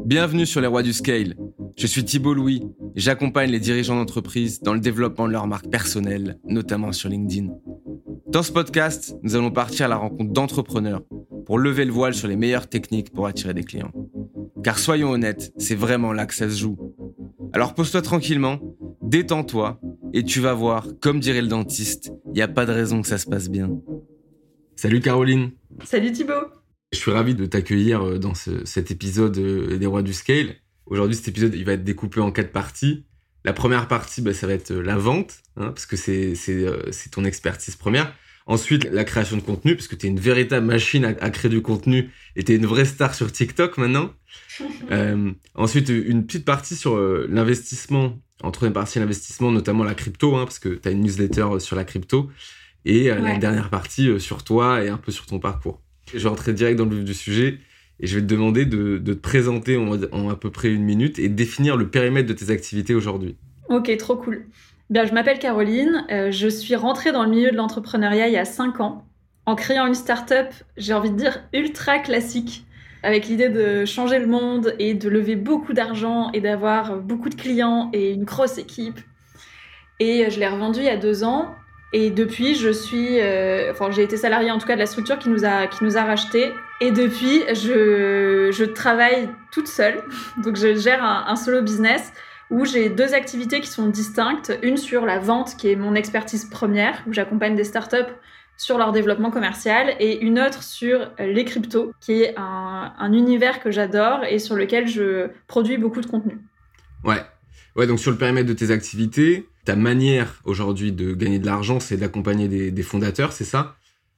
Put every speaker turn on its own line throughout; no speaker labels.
Bienvenue sur les Rois du Scale. Je suis Thibault Louis et j'accompagne les dirigeants d'entreprise dans le développement de leur marque personnelle, notamment sur LinkedIn. Dans ce podcast, nous allons partir à la rencontre d'entrepreneurs pour lever le voile sur les meilleures techniques pour attirer des clients. Car soyons honnêtes, c'est vraiment là que ça se joue. Alors pose-toi tranquillement, détends-toi et tu vas voir, comme dirait le dentiste, il n'y a pas de raison que ça se passe bien. Salut Caroline.
Salut Thibault.
Je suis ravi de t'accueillir dans cet épisode des Rois du Scale. Aujourd'hui, cet épisode il va être découpé en 4 parties. La première partie, ça va être la vente, parce que c'est ton expertise première. Ensuite, la création de contenu, parce que tu es une véritable machine à créer du contenu et tu es une vraie star sur TikTok maintenant. Ensuite, une petite partie sur l'investissement. En troisième partie, l'investissement, notamment la crypto, parce que tu as une newsletter sur la crypto. Et la dernière partie sur toi et un peu sur ton parcours. Je vais rentrer direct dans le vif du sujet et je vais te demander de te présenter en à peu près 1 minute et définir le périmètre de tes activités aujourd'hui.
Ok, trop cool. Bien, je m'appelle Caroline, je suis rentrée dans le milieu de l'entrepreneuriat il y a 5 ans en créant une start-up, j'ai envie de dire ultra classique, avec l'idée de changer le monde et de lever beaucoup d'argent et d'avoir beaucoup de clients et une grosse équipe. Et je l'ai revendue il y a 2 ans. Et depuis, j'ai été salariée en tout cas de la structure qui nous a rachetés. Et depuis, je travaille toute seule. Donc, je gère un solo business où j'ai 2 activités qui sont distinctes. Une sur la vente, qui est mon expertise première, où j'accompagne des startups sur leur développement commercial. Et une autre sur les cryptos, qui est un univers que j'adore et sur lequel je produis beaucoup de contenu.
Ouais, donc sur le périmètre de tes activités, ta manière aujourd'hui de gagner de l'argent, c'est d'accompagner des fondateurs, c'est ça,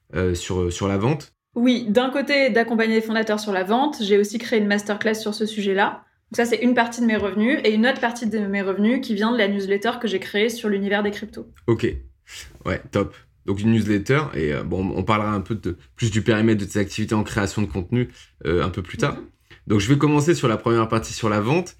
sur la vente?
Oui, d'un côté, d'accompagner les fondateurs sur la vente. J'ai aussi créé une masterclass sur ce sujet-là. Donc ça, c'est une partie de mes revenus. Et une autre partie de mes revenus qui vient de la newsletter que j'ai créée sur l'univers des cryptos.
Ok, ouais, top. Donc une newsletter, et on parlera un peu plus du périmètre de tes activités en création de contenu un peu plus tard. Donc je vais commencer sur la première partie sur la vente.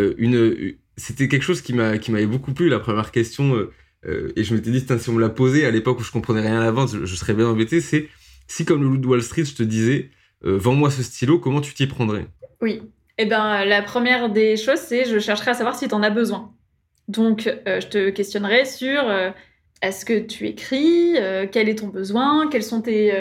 C'était quelque chose qui m'avait beaucoup plu, la première question, et je m'étais dit, si on me l'a posé à l'époque où je comprenais rien à la vente, je serais bien embêté, c'est si comme le loup de Wall Street, je te disais, vends-moi ce stylo, comment tu t'y prendrais?
Oui, la première des choses, c'est je chercherai à savoir si tu en as besoin. Donc, je te questionnerai sur est-ce que tu écris, quel est ton besoin, quelles sont tes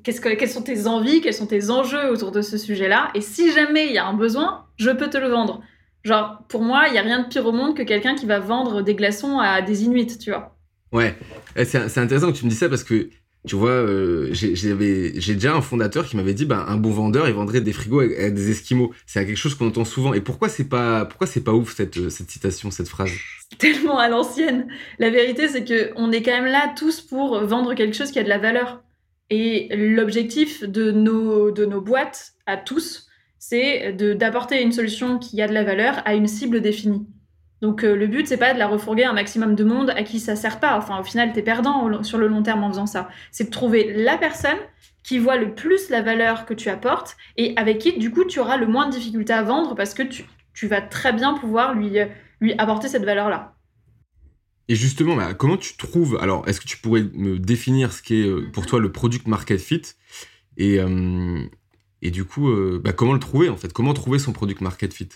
envies, quels sont tes enjeux autour de ce sujet-là. Et si jamais il y a un besoin, je peux te le vendre. Genre, pour moi, il n'y a rien de pire au monde que quelqu'un qui va vendre des glaçons à des Inuits, tu vois.
Ouais, c'est intéressant que tu me dis ça parce que, tu vois, j'ai déjà un fondateur qui m'avait dit, un bon vendeur, il vendrait des frigos à des Esquimaux. C'est quelque chose qu'on entend souvent. Et pourquoi c'est pas ouf cette citation, cette phrase?
C'est tellement à l'ancienne. La vérité, c'est qu'on est quand même là tous pour vendre quelque chose qui a de la valeur. Et l'objectif de nos boîtes, à tous, c'est d'apporter une solution qui a de la valeur à une cible définie. Donc le but, c'est pas de la refourguer un maximum de monde à qui ça sert pas. Enfin, au final, t'es perdant sur le long terme en faisant ça. C'est de trouver la personne qui voit le plus la valeur que tu apportes et avec qui, du coup, tu auras le moins de difficultés à vendre parce que tu vas très bien pouvoir lui apporter cette valeur-là.
Et justement, comment tu trouves... Alors, est-ce que tu pourrais me définir ce qu'est pour toi le product market fit et du coup, comment le trouver en fait? Comment trouver son product market fit?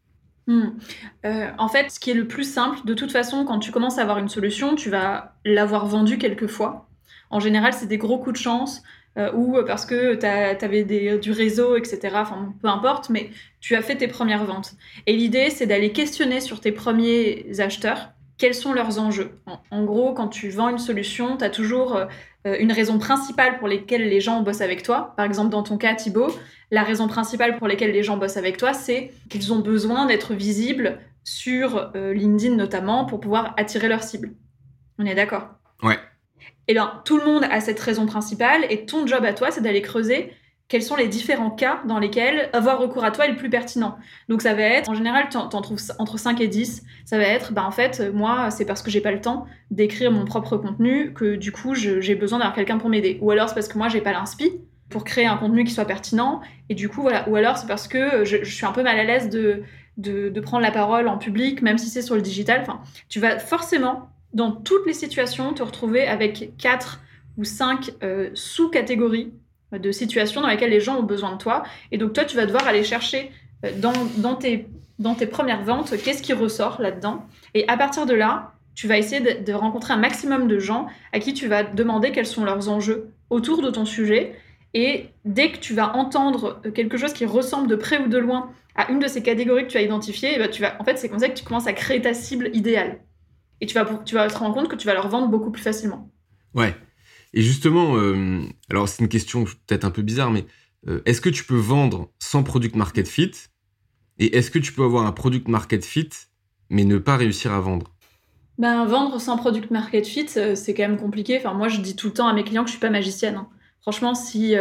En fait, ce qui est le plus simple, de toute façon, quand tu commences à avoir une solution, tu vas l'avoir vendue quelques fois. En général, c'est des gros coups de chance ou parce que t'avais du réseau, etc. Enfin, peu importe, mais tu as fait tes premières ventes. Et l'idée, c'est d'aller questionner sur tes premiers acheteurs quels sont leurs enjeux. En gros, quand tu vends une solution, tu as toujours une raison principale pour laquelle les gens bossent avec toi. Par exemple, dans ton cas, Thibault, la raison principale pour laquelle les gens bossent avec toi, c'est qu'ils ont besoin d'être visibles sur LinkedIn notamment pour pouvoir attirer leur cible. On est d'accord?
Ouais.
Eh bien, tout le monde a cette raison principale et ton job à toi, c'est d'aller creuser quels sont les différents cas dans lesquels avoir recours à toi est le plus pertinent. Donc ça va être, en général, t'en trouves entre 5 et 10, ça va être, en fait, moi, c'est parce que j'ai pas le temps d'écrire mon propre contenu que du coup, j'ai besoin d'avoir quelqu'un pour m'aider. Ou alors c'est parce que moi, j'ai pas l'inspi pour créer un contenu qui soit pertinent, et du coup, voilà. Ou alors c'est parce que je suis un peu mal à l'aise de prendre la parole en public, même si c'est sur le digital. Enfin, tu vas forcément, dans toutes les situations, te retrouver avec 4 ou 5 sous-catégories de situations dans lesquelles les gens ont besoin de toi. Et donc, toi, tu vas devoir aller chercher dans tes premières ventes, qu'est-ce qui ressort là-dedans. Et à partir de là, tu vas essayer de rencontrer un maximum de gens à qui tu vas demander quels sont leurs enjeux autour de ton sujet. Et dès que tu vas entendre quelque chose qui ressemble de près ou de loin à une de ces catégories que tu as identifiées, en fait, c'est comme ça que tu commences à créer ta cible idéale. Et tu vas te rendre compte que tu vas leur vendre beaucoup plus facilement.
Ouais. Et justement, alors c'est une question peut-être un peu bizarre, mais est-ce que tu peux vendre sans product market fit? Et est-ce que tu peux avoir un product market fit, mais ne pas réussir à vendre?
Vendre sans product market fit, c'est quand même compliqué. Enfin, moi, je dis tout le temps à mes clients que je suis pas magicienne. Hein. Franchement, si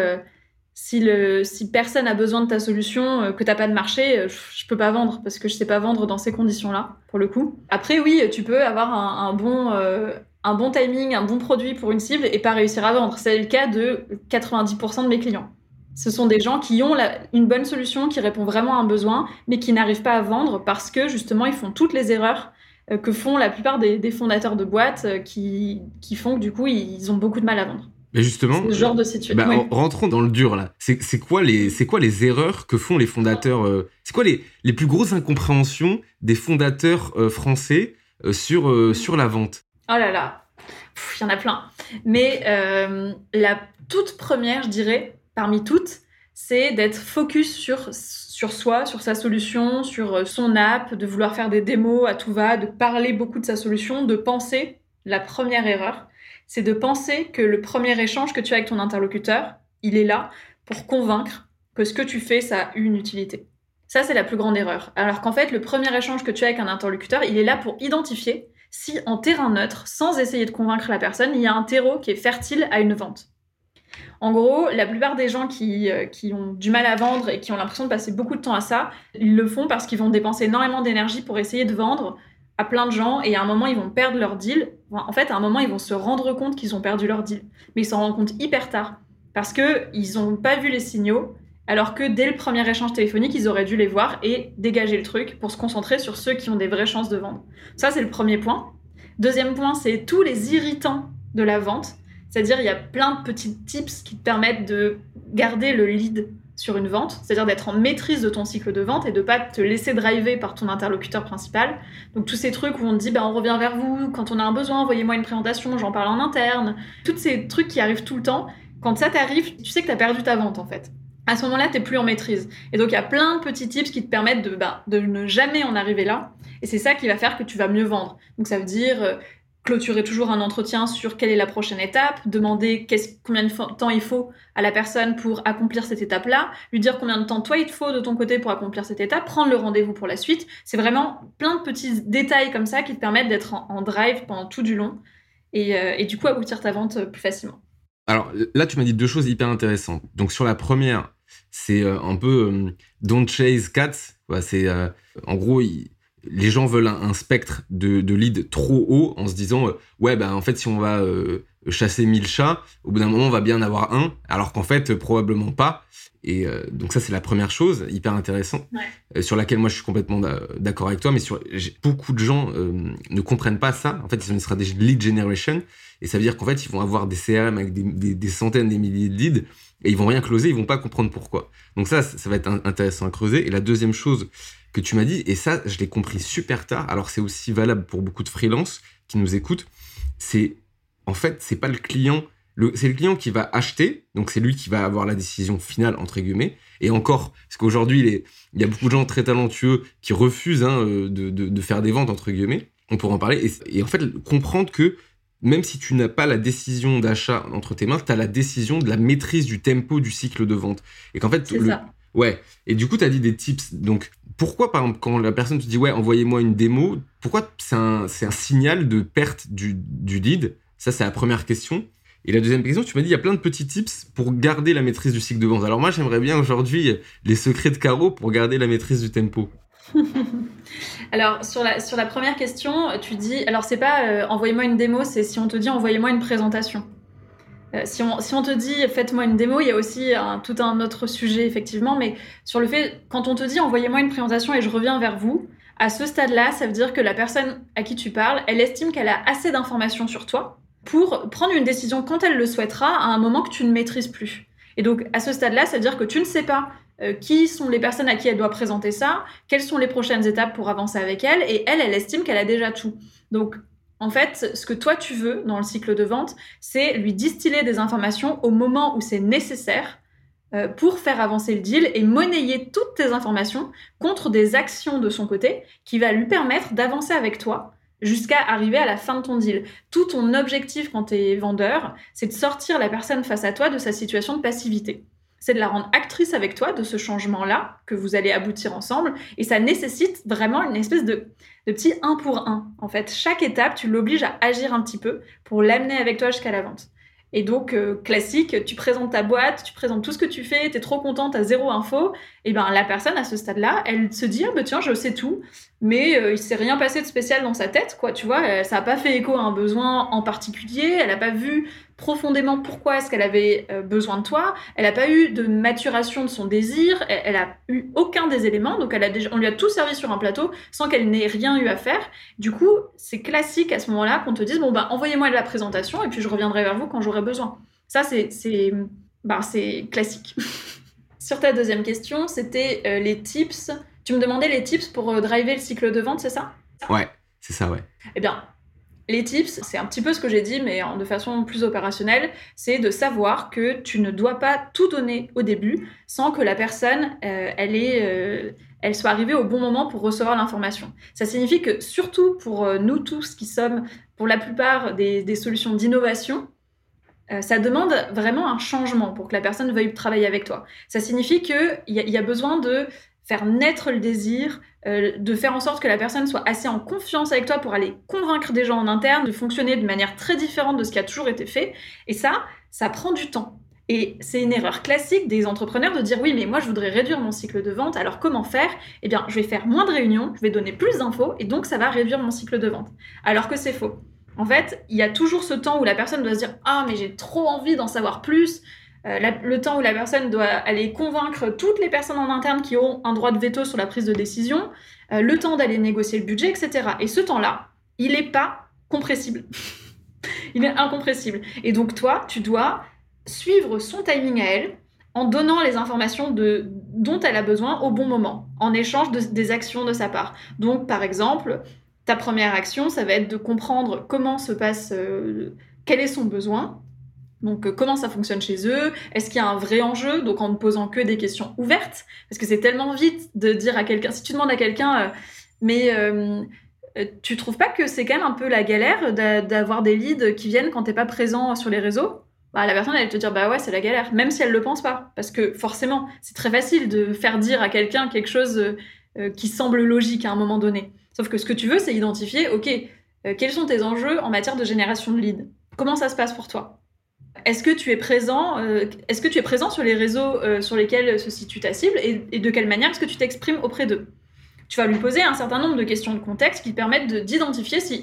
personne a besoin de ta solution, que t'as pas de marché, je peux pas vendre parce que je sais pas vendre dans ces conditions-là, pour le coup. Après, oui, tu peux avoir un bon timing, un bon produit pour une cible et pas réussir à vendre. C'est le cas de 90% de mes clients. Ce sont des gens qui ont une bonne solution, qui répond vraiment à un besoin, mais qui n'arrivent pas à vendre parce que justement, ils font toutes les erreurs que font la plupart des fondateurs de boîtes qui font que du coup, ils ont beaucoup de mal à vendre.
Mais justement,
c'est ce genre de situation. Oui.
Rentrons dans le dur là. C'est quoi les erreurs que font les fondateurs C'est quoi les plus grosses incompréhensions des fondateurs français sur la vente?
Oh là là, il y en a plein. Mais la toute première, je dirais, parmi toutes, c'est d'être focus sur soi, sur sa solution, sur son app, de vouloir faire des démos à tout va, de parler beaucoup de sa solution, de penser. La première erreur, c'est de penser que le premier échange que tu as avec ton interlocuteur, il est là pour convaincre que ce que tu fais, ça a une utilité. Ça, c'est la plus grande erreur. Alors qu'en fait, le premier échange que tu as avec un interlocuteur, il est là pour identifier si en terrain neutre, sans essayer de convaincre la personne, il y a un terreau qui est fertile à une vente. En gros, la plupart des gens qui ont du mal à vendre et qui ont l'impression de passer beaucoup de temps à ça, ils le font parce qu'ils vont dépenser énormément d'énergie pour essayer de vendre à plein de gens et à un moment, ils vont perdre leur deal. En fait, à un moment, ils vont se rendre compte qu'ils ont perdu leur deal. Mais ils s'en rendent compte hyper tard parce qu'ils n'ont pas vu les signaux alors que dès le premier échange téléphonique, ils auraient dû les voir et dégager le truc pour se concentrer sur ceux qui ont des vraies chances de vendre. Ça, c'est le premier point. Deuxième point, c'est tous les irritants de la vente. C'est-à-dire, il y a plein de petits tips qui te permettent de garder le lead sur une vente, c'est-à-dire d'être en maîtrise de ton cycle de vente et de ne pas te laisser driver par ton interlocuteur principal. Donc, tous ces trucs où on te dit, on revient vers vous, quand on a un besoin, envoyez-moi une présentation, j'en parle en interne. Tous ces trucs qui arrivent tout le temps, quand ça t'arrive, tu sais que tu as perdu ta vente, en fait. À ce moment-là, tu n'es plus en maîtrise. Et donc, il y a plein de petits tips qui te permettent de ne jamais en arriver là. Et c'est ça qui va faire que tu vas mieux vendre. Donc, ça veut dire clôturer toujours un entretien sur quelle est la prochaine étape, demander combien de temps il faut à la personne pour accomplir cette étape-là, lui dire combien de temps toi il te faut de ton côté pour accomplir cette étape, prendre le rendez-vous pour la suite. C'est vraiment plein de petits détails comme ça qui te permettent d'être en drive pendant tout du long et du coup aboutir ta vente plus facilement.
Alors là, tu m'as dit deux choses hyper intéressantes. Donc sur la première, c'est un peu don't chase cats. Ouais, c'est en gros, les gens veulent un spectre de lead trop haut en se disant en fait si on va chasser 1000 chats, au bout d'un moment on va bien en avoir un, alors qu'en fait probablement pas. Et donc ça c'est la première chose hyper intéressante, sur laquelle moi je suis complètement d'accord avec toi, mais beaucoup de gens ne comprennent pas ça. En fait ils ont une stratégie de lead generation et ça veut dire qu'en fait ils vont avoir des CRM avec des centaines, des milliers de leads et ils vont rien closer, ils vont pas comprendre pourquoi. Donc ça va être intéressant à creuser. Et la deuxième chose que tu m'as dit, et ça, je l'ai compris super tard, alors c'est aussi valable pour beaucoup de freelances qui nous écoutent, c'est pas le client, c'est le client qui va acheter, donc c'est lui qui va avoir la décision finale, entre guillemets, et encore, parce qu'aujourd'hui, il y a beaucoup de gens très talentueux qui refusent de faire des ventes, entre guillemets, on pourra en parler, et en fait, comprendre que même si tu n'as pas la décision d'achat entre tes mains, tu as la décision de la maîtrise du tempo du cycle de vente. Et qu'en fait,
c'est ça.
Ouais. Et du coup, tu as dit des tips. Donc, pourquoi, par exemple, quand la personne te dit envoyez-moi une démo, pourquoi c'est un signal de perte du lead? Ça, c'est la première question. Et la deuxième question, tu m'as dit il y a plein de petits tips pour garder la maîtrise du cycle de vente. Alors moi, j'aimerais bien aujourd'hui les secrets de Caro pour garder la maîtrise du tempo.
Alors, sur la première question, tu dis... Alors, c'est pas envoyez-moi une démo, c'est si on te dit envoyez-moi une présentation. Si on te dit faites-moi une démo, il y a aussi tout un autre sujet, effectivement. Mais sur le fait, quand on te dit envoyez-moi une présentation et je reviens vers vous, à ce stade-là, ça veut dire que la personne à qui tu parles, elle estime qu'elle a assez d'informations sur toi pour prendre une décision quand elle le souhaitera à un moment que tu ne maîtrises plus. Et donc, à ce stade-là, ça veut dire que tu ne sais pas qui sont les personnes à qui elle doit présenter ça, quelles sont les prochaines étapes pour avancer avec elle, et elle estime qu'elle a déjà tout. Donc, en fait, ce que toi tu veux dans le cycle de vente, c'est lui distiller des informations au moment où c'est nécessaire pour faire avancer le deal et monnayer toutes tes informations contre des actions de son côté qui va lui permettre d'avancer avec toi jusqu'à arriver à la fin de ton deal. Tout ton objectif quand tu es vendeur, c'est de sortir la personne face à toi de sa situation de passivité. C'est de la rendre actrice avec toi de ce changement-là que vous allez aboutir ensemble. Et ça nécessite vraiment une espèce de petit 1 pour 1. En fait, chaque étape, tu l'obliges à agir un petit peu pour l'amener avec toi jusqu'à la vente. Et donc, classique, tu présentes ta boîte, tu présentes tout ce que tu fais, t'es trop contente, t'as zéro info. Et ben la personne, à ce stade-là, elle se dit « Ah bah tiens, je sais tout », mais il s'est rien passé de spécial dans sa tête, quoi, tu vois. Ça n'a pas fait écho à un besoin en particulier, elle n'a pas vu profondément pourquoi est-ce qu'elle avait besoin de toi, elle n'a pas eu de maturation de son désir, elle a eu aucun des éléments, donc on lui a tout servi sur un plateau sans qu'elle n'ait rien eu à faire. Du coup, c'est classique à ce moment-là qu'on te dise « Bon, bah envoyez-moi de la présentation et puis je reviendrai vers vous quand j'aurai besoin ». Ça, c'est classique. Sur ta deuxième question, c'était les tips. Tu me demandais les tips pour driver le cycle de vente, c'est ça ?
Ouais, c'est ça, ouais.
Eh bien, les tips, c'est un petit peu ce que j'ai dit, mais de façon plus opérationnelle, c'est de savoir que tu ne dois pas tout donner au début sans que la personne, elle soit arrivée au bon moment pour recevoir l'information. Ça signifie que, surtout pour nous tous qui sommes, pour la plupart des solutions d'innovation, ça demande vraiment un changement pour que la personne veuille travailler avec toi. Ça signifie qu'il y a besoin de faire naître le désir, de faire en sorte que la personne soit assez en confiance avec toi pour aller convaincre des gens en interne, de fonctionner de manière très différente de ce qui a toujours été fait. Et ça prend du temps. Et c'est une erreur classique des entrepreneurs de dire « Oui, mais moi, je voudrais réduire mon cycle de vente. Alors, comment faire ? Eh bien, je vais faire moins de réunions, je vais donner plus d'infos, et donc, ça va réduire mon cycle de vente. » Alors que c'est faux. En fait, il y a toujours ce temps où la personne doit se dire « Ah, mais j'ai trop envie d'en savoir plus ». Le temps où la personne doit aller convaincre toutes les personnes en interne qui ont un droit de veto sur la prise de décision, le temps d'aller négocier le budget, etc. Et ce temps-là, il n'est pas compressible. Il est incompressible. Et donc toi, tu dois suivre son timing à elle en donnant les informations dont elle a besoin au bon moment, en échange des actions de sa part. Donc, par exemple, ta première action, ça va être de comprendre comment se passe, quel est son besoin. Donc, comment ça fonctionne chez eux ? Est-ce qu'il y a un vrai enjeu ? Donc, en ne posant que des questions ouvertes. Parce que c'est tellement vite de dire à quelqu'un... Si tu demandes à quelqu'un, tu trouves pas que c'est quand même un peu la galère d'avoir des leads qui viennent quand t'es pas présent sur les réseaux ? Bah, la personne, elle va te dire, bah ouais, c'est la galère. Même si elle le pense pas. Parce que, forcément, c'est très facile de faire dire à quelqu'un quelque chose qui semble logique à un moment donné. Sauf que ce que tu veux, c'est identifier, ok, quels sont tes enjeux en matière de génération de leads ? Comment ça se passe pour toi ? Est-ce que tu es présent sur les réseaux sur lesquels se situe ta cible et de quelle manière est-ce que tu t'exprimes auprès d'eux ? Tu vas lui poser un certain nombre de questions de contexte qui permettent d'identifier si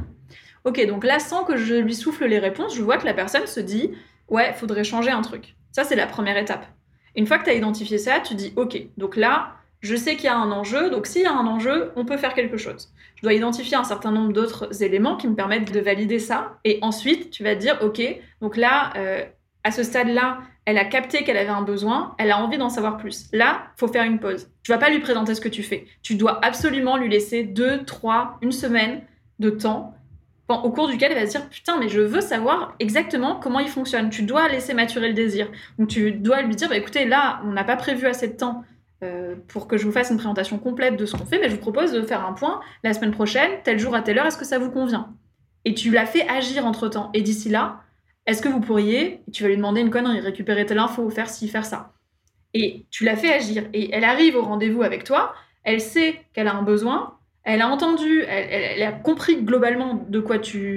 ok, donc là, sans que je lui souffle les réponses, je vois que la personne se dit ouais, faudrait changer un truc. Ça, c'est la première étape. Une fois que tu as identifié ça, tu dis ok, donc là, je sais qu'il y a un enjeu, donc s'il y a un enjeu, on peut faire quelque chose. Je dois identifier un certain nombre d'autres éléments qui me permettent de valider ça. Et ensuite, tu vas te dire, ok, donc là, à ce stade-là, elle a capté qu'elle avait un besoin, elle a envie d'en savoir plus. Là, il faut faire une pause. Tu vas pas lui présenter ce que tu fais. Tu dois absolument lui laisser 2, 3, une semaine de temps au cours duquel elle va se dire « Putain, mais je veux savoir exactement comment il fonctionne. » Tu dois laisser maturer le désir. Donc, tu dois lui dire bah, « Écoutez, là, on n'a pas prévu assez de temps pour que je vous fasse une présentation complète de ce qu'on fait, mais je vous propose de faire un point la semaine prochaine, tel jour à telle heure, est-ce que ça vous convient ?» Et tu la fais agir entre-temps. Et d'ici là, est-ce que vous pourriez, tu vas lui demander une connerie, récupérer telle info, faire ci, faire ça. Et tu la fais agir. Et elle arrive au rendez-vous avec toi, elle sait qu'elle a un besoin, elle a entendu, elle a compris globalement de quoi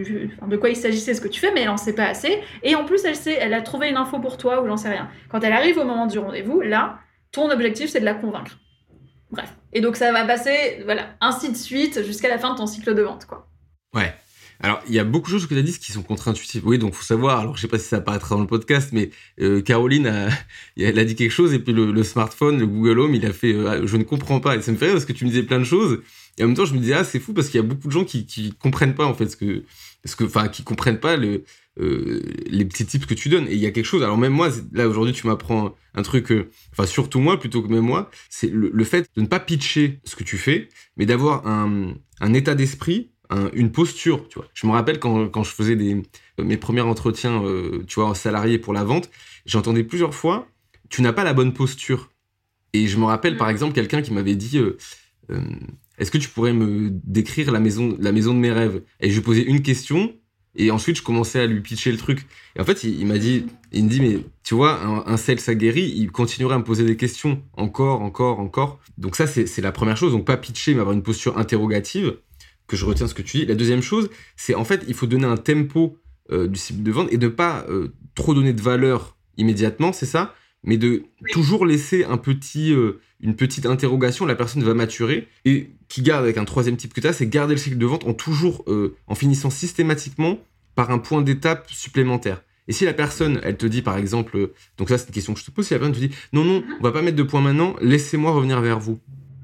il s'agissait, ce que tu fais, mais elle n'en sait pas assez. Et en plus, elle a trouvé une info pour toi ou j'en sais rien. Quand elle arrive au moment du rendez-vous, là, ton objectif, c'est de la convaincre. Bref. Et donc, ça va passer, voilà, ainsi de suite, jusqu'à la fin de ton cycle de vente, quoi.
Ouais. Alors, il y a beaucoup de choses que tu as dit qui sont contre-intuitives. Oui, donc, faut savoir, alors je sais pas si ça apparaîtra dans le podcast, mais Caroline, elle a dit quelque chose, et puis le smartphone, le Google Home, il a fait je ne comprends pas. Et ça me fait rire parce que tu me disais plein de choses, Et en même temps, je me disais, c'est fou parce qu'il y a beaucoup de gens qui comprennent pas, en fait, qui comprennent pas les petits tips que tu donnes. Et il y a quelque chose, alors même moi, là, aujourd'hui, tu m'apprends un truc, surtout moi, plutôt que même moi, c'est le fait de ne pas pitcher ce que tu fais, mais d'avoir un état d'esprit, une posture, tu vois. Je me rappelle quand je faisais mes premiers entretiens, tu vois, en salarié pour la vente, j'entendais plusieurs fois, tu n'as pas la bonne posture. Et je me rappelle, par exemple, quelqu'un qui m'avait dit, est-ce que tu pourrais me décrire la maison de mes rêves? Et je lui posais une question, et ensuite, je commençais à lui pitcher le truc. Et en fait, il me dit, mais tu vois, un sales aguerri, il continuerait à me poser des questions encore. Donc ça, c'est la première chose. Donc pas pitcher, mais avoir une posture interrogative, que je retiens ce que tu dis. La deuxième chose, c'est en fait, il faut donner un tempo du cycle de vente et de pas trop donner de valeur immédiatement, c'est ça, mais de toujours laisser une petite interrogation, la personne va maturer, et qui garde avec un troisième type que tu as, c'est garder le cycle de vente en finissant systématiquement par un point d'étape supplémentaire. Et si la personne, elle te dit par exemple, donc ça c'est une question que je te pose, si la personne te dit non, on va pas mettre de point maintenant, laissez-moi revenir vers vous.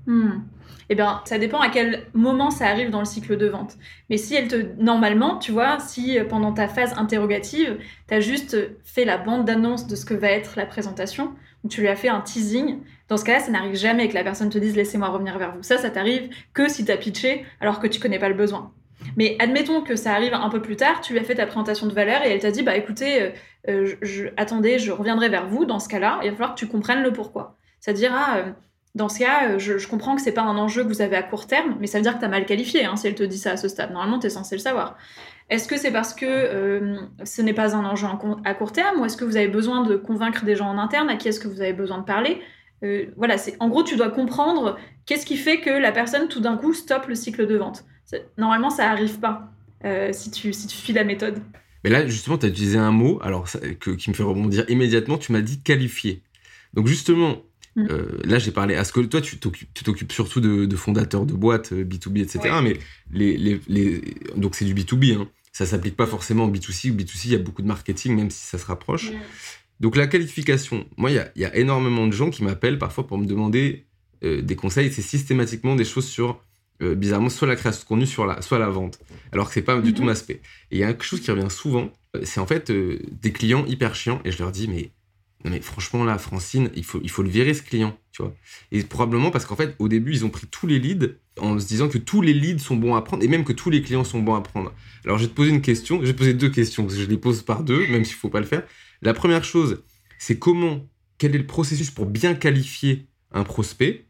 Eh bien, ça dépend à quel moment ça arrive dans le cycle de vente. Mais si normalement, tu vois, si pendant ta phase interrogative, tu as juste fait la bande d'annonce de ce que va être la présentation, ou tu lui as fait un teasing, dans ce cas-là, ça n'arrive jamais que la personne te dise « laissez-moi revenir vers vous ». Ça t'arrive que si tu as pitché alors que tu connais pas le besoin. Mais admettons que ça arrive un peu plus tard, tu lui as fait ta présentation de valeur et elle t'a dit « bah écoutez, attendez, je reviendrai vers vous ». Dans ce cas-là, il va falloir que tu comprennes le pourquoi. C'est-à-dire, dans ce cas, je comprends que c'est pas un enjeu que vous avez à court terme, mais ça veut dire que tu as mal qualifié si elle te dit ça à ce stade. Normalement, tu es censé le savoir. Est-ce que c'est parce que ce n'est pas un enjeu à court terme, ou est-ce que vous avez besoin de convaincre des gens en interne? À qui est-ce que vous avez besoin de parler? Voilà, en gros, tu dois comprendre qu'est-ce qui fait que la personne, tout d'un coup, stoppe le cycle de vente. Normalement, ça n'arrive pas si tu suis la méthode.
Mais là, justement, tu as utilisé un mot qui me fait rebondir immédiatement. Tu m'as dit qualifier. Donc justement, là, j'ai parlé à ce que toi, tu t'occupes surtout de fondateurs de boîtes, B2B, etc. Ouais. Mais donc c'est du B2B, hein. Ça s'applique pas forcément au B2C. Au B2C, il y a beaucoup de marketing, même si ça se rapproche. Ouais. Donc la qualification, moi, il y a énormément de gens qui m'appellent parfois pour me demander des conseils. C'est systématiquement des choses sur, bizarrement, soit la création de contenu, soit la vente. Alors que c'est pas du tout mon aspect. Et il y a quelque chose qui revient souvent, c'est en fait des clients hyper chiants. Et je leur dis, non mais franchement là, Francine, il faut le virer ce client, tu vois. Et probablement parce qu'en fait, au début, ils ont pris tous les leads en se disant que tous les leads sont bons à prendre et même que tous les clients sont bons à prendre. Alors je vais te poser une question, je vais te poser deux questions parce que je les pose par deux, même s'il faut pas le faire. La première chose, c'est quel est le processus pour bien qualifier un prospect?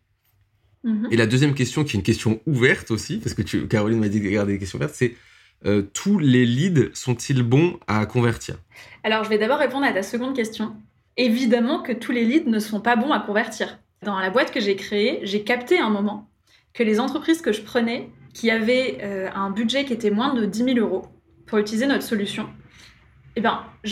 Et la deuxième question, qui est une question ouverte aussi, parce que Caroline m'a dit de garder des questions ouvertes, c'est tous les leads sont-ils bons à convertir?
Alors je vais d'abord répondre à ta seconde question. Évidemment que tous les leads ne sont pas bons à convertir. Dans la boîte que j'ai créée, j'ai capté à un moment que les entreprises que je prenais, qui avaient un budget qui était moins de 10 000 euros pour utiliser notre solution, tout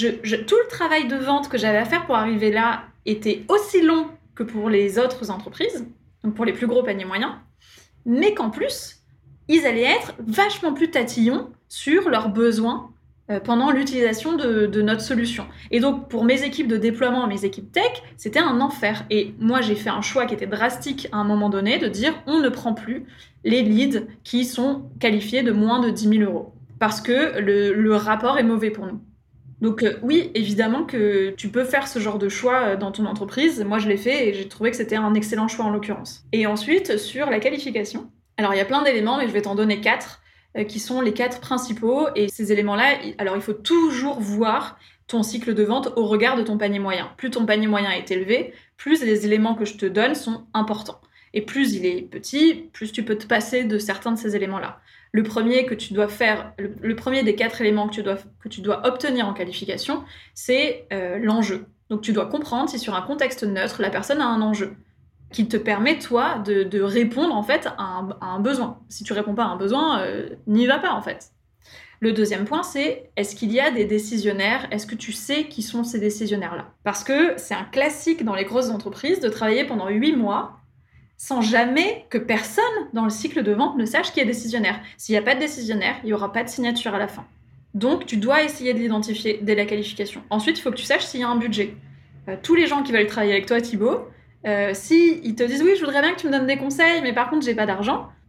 le travail de vente que j'avais à faire pour arriver là était aussi long que pour les autres entreprises, donc pour les plus gros paniers moyens, mais qu'en plus, ils allaient être vachement plus tatillons sur leurs besoins pendant l'utilisation de notre solution. Et donc, pour mes équipes de déploiement, mes équipes tech, c'était un enfer. Et moi, j'ai fait un choix qui était drastique à un moment donné, de dire on ne prend plus les leads qui sont qualifiés de moins de 10 000 euros. Parce que le rapport est mauvais pour nous. Donc oui, évidemment que tu peux faire ce genre de choix dans ton entreprise. Moi, je l'ai fait et j'ai trouvé que c'était un excellent choix en l'occurrence. Et ensuite, sur la qualification. Alors, il y a plein d'éléments, mais je vais t'en donner 4. Qui sont les 4 principaux. Et ces éléments-là, alors il faut toujours voir ton cycle de vente au regard de ton panier moyen. Plus ton panier moyen est élevé, plus les éléments que je te donne sont importants. Et plus il est petit, plus tu peux te passer de certains de ces éléments-là. Le premier que tu dois faire, le premier des 4 éléments que tu dois obtenir en qualification, c'est l'enjeu. Donc tu dois comprendre si sur un contexte neutre, la personne a un enjeu qui te permet, toi, de répondre, en fait, à un besoin. Si tu réponds pas à un besoin, n'y va pas, en fait. Le deuxième point, c'est est-ce qu'il y a des décisionnaires? Est-ce que tu sais qui sont ces décisionnaires-là? Parce que c'est un classique dans les grosses entreprises de travailler pendant 8 mois sans jamais que personne dans le cycle de vente ne sache qui est décisionnaire. S'il n'y a pas de décisionnaire, il n'y aura pas de signature à la fin. Donc, tu dois essayer de l'identifier dès la qualification. Ensuite, il faut que tu saches s'il y a un budget. Tous les gens qui veulent travailler avec toi, Thibaut, si ils te disent « oui, je voudrais bien que tu me donnes des conseils, mais par contre, j'ai pas d'argent »,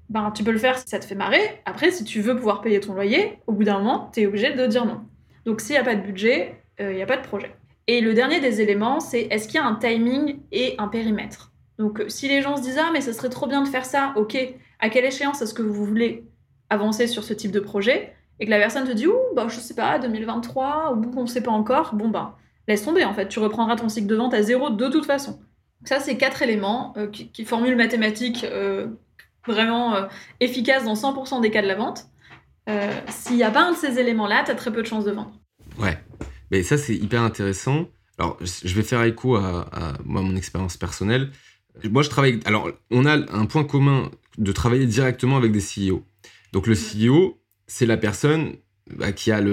ben, tu peux le faire si ça te fait marrer. Après, si tu veux pouvoir payer ton loyer, au bout d'un moment, tu es obligé de dire non. Donc, s'il n'y a pas de budget, il n'y a pas de projet. Et le dernier des éléments, c'est est-ce qu'il y a un timing et un périmètre. Donc, si les gens se disent « Ah, mais ça serait trop bien de faire ça, ok, à quelle échéance est-ce que vous voulez avancer sur ce type de projet ?» et que la personne te dit « Ouh, bah, je sais pas, 2023, ou on ne sait pas encore. » Bon, ben, laisse tomber, en fait. Tu reprendras ton cycle de vente à zéro de toute façon. Ça, c'est 4 éléments qui formulent mathématiques vraiment efficaces dans 100% des cas de la vente. S'il n'y a pas un de ces éléments-là, tu as très peu de chances de vendre.
Ouais, mais ça c'est hyper intéressant. Alors je vais faire écho à moi, mon expérience personnelle. Moi je travaille. Alors on a un point commun de travailler directement avec des CEO. Donc le CEO, c'est la personne qui a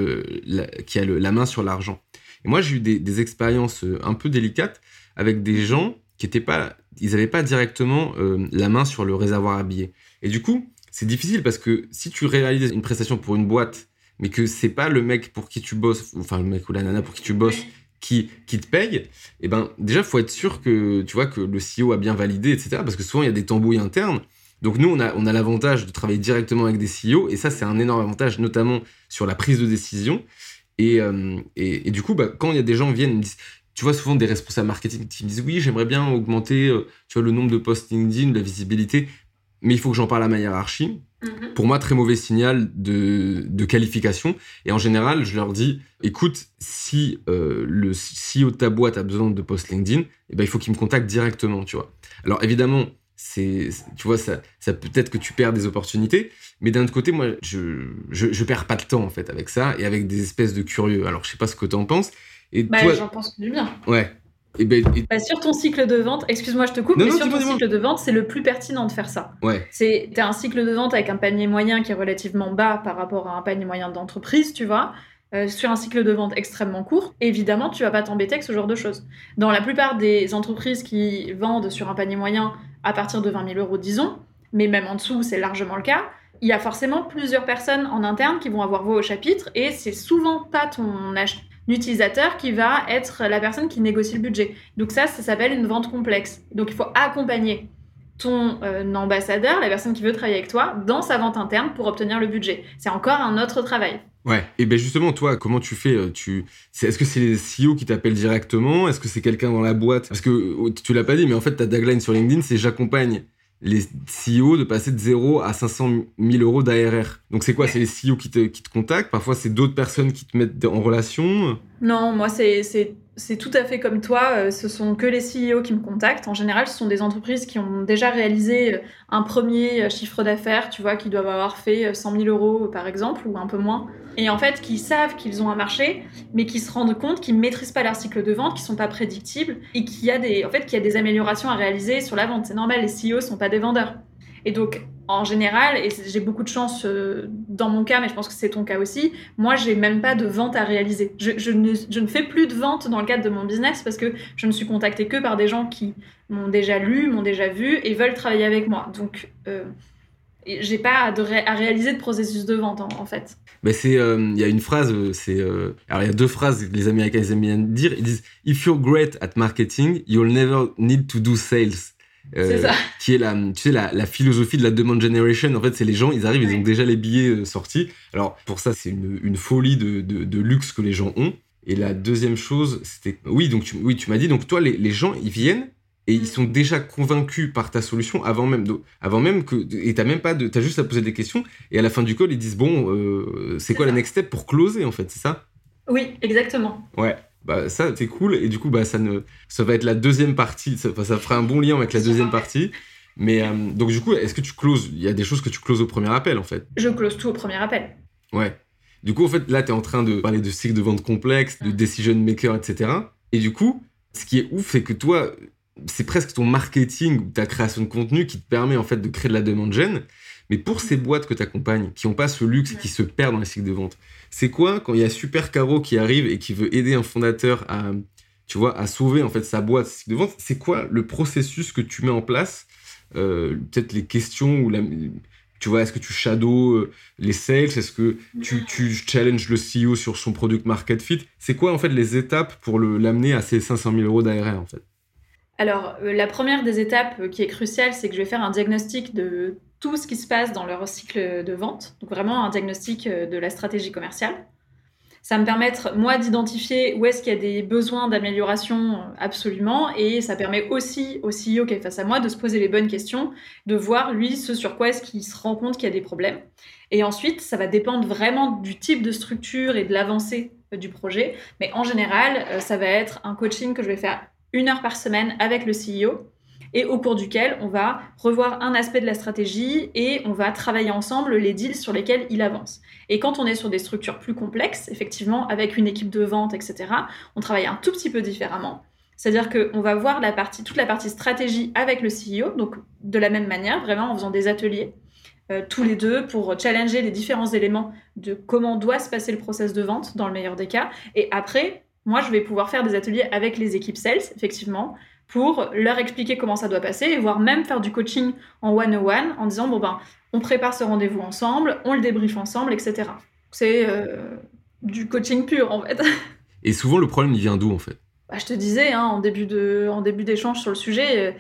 la main sur l'argent. Et moi j'ai eu des expériences un peu délicates avec des gens qui étaient pas, ils n'avaient pas directement la main sur le réservoir à billets. Et du coup, c'est difficile parce que si tu réalises une prestation pour une boîte, mais que c'est pas le mec pour qui tu bosses, enfin le mec ou la nana pour qui tu bosses, qui te paye, et ben déjà faut être sûr que tu vois que le CEO a bien validé, etc. Parce que souvent il y a des tambouilles internes. Donc nous on a l'avantage de travailler directement avec des CEO et ça c'est un énorme avantage, notamment sur la prise de décision. Et du coup, quand il y a des gens qui viennent et me disent, tu vois souvent des responsables marketing qui me disent oui j'aimerais bien augmenter tu vois le nombre de posts LinkedIn, la visibilité, mais il faut que j'en parle à ma hiérarchie. Pour moi, très mauvais signal de qualification. Et en général, je leur dis, écoute, si le CEO de ta boîte a besoin de posts LinkedIn, eh ben, il faut qu'il me contacte directement, tu vois. Alors évidemment, tu vois, ça peut-être que tu perds des opportunités, mais d'un autre côté, moi, je perds pas de temps, en fait, avec ça, et avec des espèces de curieux. Alors, je sais pas ce que t'en penses. Et toi...
J'en pense que du bien.
Ouais.
Sur ton cycle de vente, excuse-moi, je te coupe, sur ton cycle de vente, c'est le plus pertinent de faire ça.
Ouais.
T'as un cycle de vente avec un panier moyen qui est relativement bas par rapport à un panier moyen d'entreprise, tu vois. Sur un cycle de vente extrêmement court, évidemment, tu vas pas t'embêter avec ce genre de choses. Dans la plupart des entreprises qui vendent sur un panier moyen à partir de 20 000 euros, disons, mais même en dessous, c'est largement le cas, il y a forcément plusieurs personnes en interne qui vont avoir voix au chapitre et c'est souvent pas ton utilisateur qui va être la personne qui négocie le budget. Donc ça s'appelle une vente complexe. Donc il faut accompagner ton ambassadeur, la personne qui veut travailler avec toi, dans sa vente interne pour obtenir le budget. C'est encore un autre travail.
Ouais, et ben justement, toi, comment tu fais Est-ce que c'est les CEO qui t'appellent directement ? Est-ce que c'est quelqu'un dans la boîte ? Parce que tu l'as pas dit, mais en fait, ta tagline sur LinkedIn, c'est « J'accompagne les CEO de passer de 0 à 500 000 euros d'ARR ». Donc c'est quoi ? C'est les CEO qui te contactent ? Parfois, c'est d'autres personnes qui te mettent en relation ?
Non, moi, c'est tout à fait comme toi. Ce sont que les CEO qui me contactent. En général, ce sont des entreprises qui ont déjà réalisé un premier chiffre d'affaires, tu vois, qui doivent avoir fait 100 000 euros, par exemple, ou un peu moins. Et en fait, qui savent qu'ils ont un marché, mais qui se rendent compte qu'ils ne maîtrisent pas leur cycle de vente, qui ne sont pas prédictibles, et qu'il y a des améliorations à réaliser sur la vente. C'est normal, les CEO ne sont pas des vendeurs. Et donc, en général, et j'ai beaucoup de chance dans mon cas, mais je pense que c'est ton cas aussi, moi, j'ai même pas de vente à réaliser. Je ne fais plus de vente dans le cadre de mon business parce que je ne suis contactée que par des gens qui m'ont déjà lu, m'ont déjà vu et veulent travailler avec moi. Donc, j'ai pas à réaliser de processus de vente, en fait.
Ben y a une phrase, alors il y a deux phrases que les Américains aiment bien dire. Ils disent « If you're great at marketing, you'll never need to do sales ».
C'est ça.
Qui est la philosophie de la demand generation. En fait, c'est les gens, ils arrivent, ils ont déjà les billets sortis. Alors, pour ça, c'est une folie de luxe que les gens ont. Et la deuxième chose, c'était... Oui, donc tu m'as dit, donc toi, les gens, ils viennent et ils sont déjà convaincus par ta solution avant même que... Et t'as juste à poser des questions. Et à la fin du call, ils disent, c'est quoi la next step pour closer, en fait, c'est ça ?
Oui, exactement.
Ouais. Bah ça c'est cool et du coup ça va être la deuxième partie, ça fera un bon lien avec la deuxième partie, mais donc du coup est-ce que tu closes, il y a des choses que tu closes au premier appel en fait?
Je close tout au premier appel.
Ouais, du coup en fait là t'es en train de parler de cycle de vente complexe, de decision maker, etc. Et du coup ce qui est ouf c'est que toi c'est presque ton marketing, ta création de contenu qui te permet en fait de créer de la demande gen. Mais pour ces boîtes que tu accompagnes, qui n'ont pas ce luxe et qui se perdent dans les cycles de vente, c'est quoi quand il y a Super Caro qui arrive et qui veut aider un fondateur à sauver en fait sa boîte, ses cycles de vente? C'est quoi le processus que tu mets en place? Peut-être les questions ou tu vois, est-ce que tu shadow les sales? Est-ce que tu challenges le CEO sur son product market fit? C'est quoi en fait les étapes pour l'amener à ces 500 000 euros d'ARR en fait?
Alors, la première des étapes qui est cruciale, c'est que je vais faire un diagnostic de tout ce qui se passe dans leur cycle de vente, donc vraiment un diagnostic de la stratégie commerciale. Ça me permet, moi, d'identifier où est-ce qu'il y a des besoins d'amélioration absolument, et ça permet aussi au CEO qui est face à moi de se poser les bonnes questions, de voir, lui, ce sur quoi est-ce qu'il se rend compte qu'il y a des problèmes. Et ensuite, ça va dépendre vraiment du type de structure et de l'avancée du projet, mais en général, ça va être un coaching que je vais faire 1 heure par semaine avec le CEO, et au cours duquel on va revoir un aspect de la stratégie et on va travailler ensemble les deals sur lesquels il avance. Et quand on est sur des structures plus complexes, effectivement, avec une équipe de vente, etc., on travaille un tout petit peu différemment. C'est-à-dire qu'on va voir toute la partie stratégie avec le CEO, donc de la même manière, vraiment en faisant des ateliers, tous les deux, pour challenger les différents éléments de comment doit se passer le process de vente, dans le meilleur des cas. Et après, moi, je vais pouvoir faire des ateliers avec les équipes sales, effectivement, pour leur expliquer comment ça doit passer, et voire même faire du coaching en one-on-one, en disant, on prépare ce rendez-vous ensemble, on le débriefe ensemble, etc. C'est du coaching pur, en fait.
Et souvent, le problème, il vient d'où, en fait?
Je te disais, en début d'échange sur le sujet,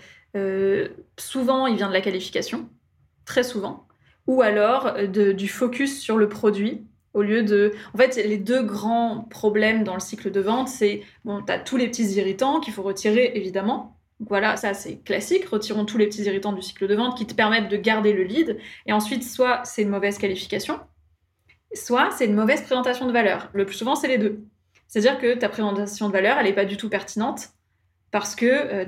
souvent, il vient de la qualification, très souvent, ou alors du focus sur le produit, au lieu de... En fait, les 2 grands problèmes dans le cycle de vente, c'est, t'as tous les petits irritants qu'il faut retirer, évidemment. Donc voilà, ça, c'est classique. Retirons tous les petits irritants du cycle de vente qui te permettent de garder le lead. Et ensuite, soit c'est une mauvaise qualification, soit c'est une mauvaise présentation de valeur. Le plus souvent, c'est les 2. C'est-à-dire que ta présentation de valeur, elle n'est pas du tout pertinente, parce que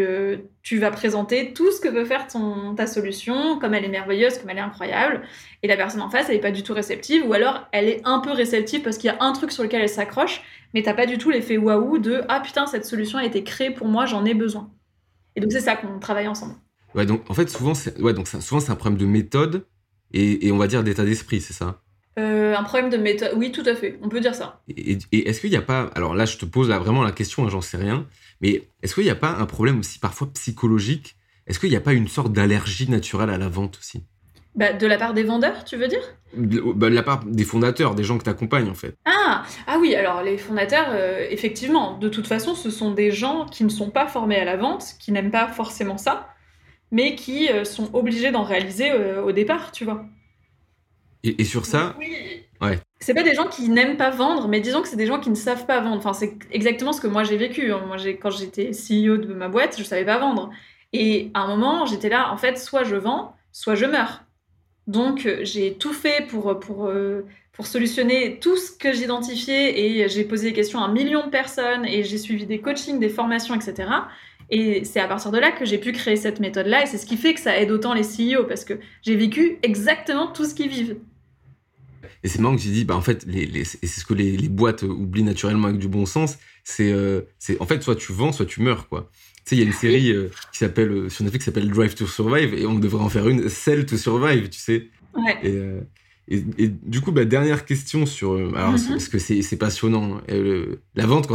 tu vas présenter tout ce que veut faire ta solution, comme elle est merveilleuse, comme elle est incroyable, et la personne en face, elle n'est pas du tout réceptive, ou alors elle est un peu réceptive parce qu'il y a un truc sur lequel elle s'accroche, mais t'as pas du tout l'effet waouh de « Ah putain, cette solution a été créée pour moi, j'en ai besoin ». Et donc c'est ça qu'on travaille ensemble.
Ouais, donc en fait, souvent, c'est un problème de méthode et on va dire d'état d'esprit, c'est ça?
Un problème de méthode, oui, tout à fait, on peut dire ça.
Et est-ce qu'il n'y a pas... Alors là, je te pose vraiment la question, j'en sais rien, mais est-ce qu'il n'y a pas un problème aussi parfois psychologique? Est-ce qu'il n'y a pas une sorte d'allergie naturelle à la vente aussi?
De la part des vendeurs, tu veux dire?
De la part des fondateurs, des gens que tu accompagnes, en fait.
Ah oui, alors les fondateurs, effectivement, de toute façon, ce sont des gens qui ne sont pas formés à la vente, qui n'aiment pas forcément ça, mais qui sont obligés d'en réaliser au départ, tu vois.
Et sur ça,
oui.
Ouais.
C'est pas des gens qui n'aiment pas vendre, mais disons que c'est des gens qui ne savent pas vendre. Enfin, c'est exactement ce que moi j'ai vécu. Moi, quand j'étais CEO de ma boîte, je savais pas vendre. Et à un moment, j'étais là, en fait, soit je vends, soit je meurs. Donc, j'ai tout fait pour solutionner tout ce que j'identifiais, et j'ai posé des questions à 1 million de personnes, et j'ai suivi des coachings, des formations, etc. Et c'est à partir de là que j'ai pu créer cette méthode-là, et c'est ce qui fait que ça aide autant les CEO, parce que j'ai vécu exactement tout ce qu'ils vivent.
Et c'est marrant que tu dis, en fait, et c'est ce que les boîtes oublient naturellement avec du bon sens, c'est en fait, soit tu vends, soit tu meurs, quoi. Tu sais, il y a une série qui s'appelle, sur Netflix, qui s'appelle Drive to Survive, et on devrait en faire une, Sell to Survive, tu sais.
Ouais.
Et du coup, dernière question sur... alors, parce que c'est passionnant. La vente,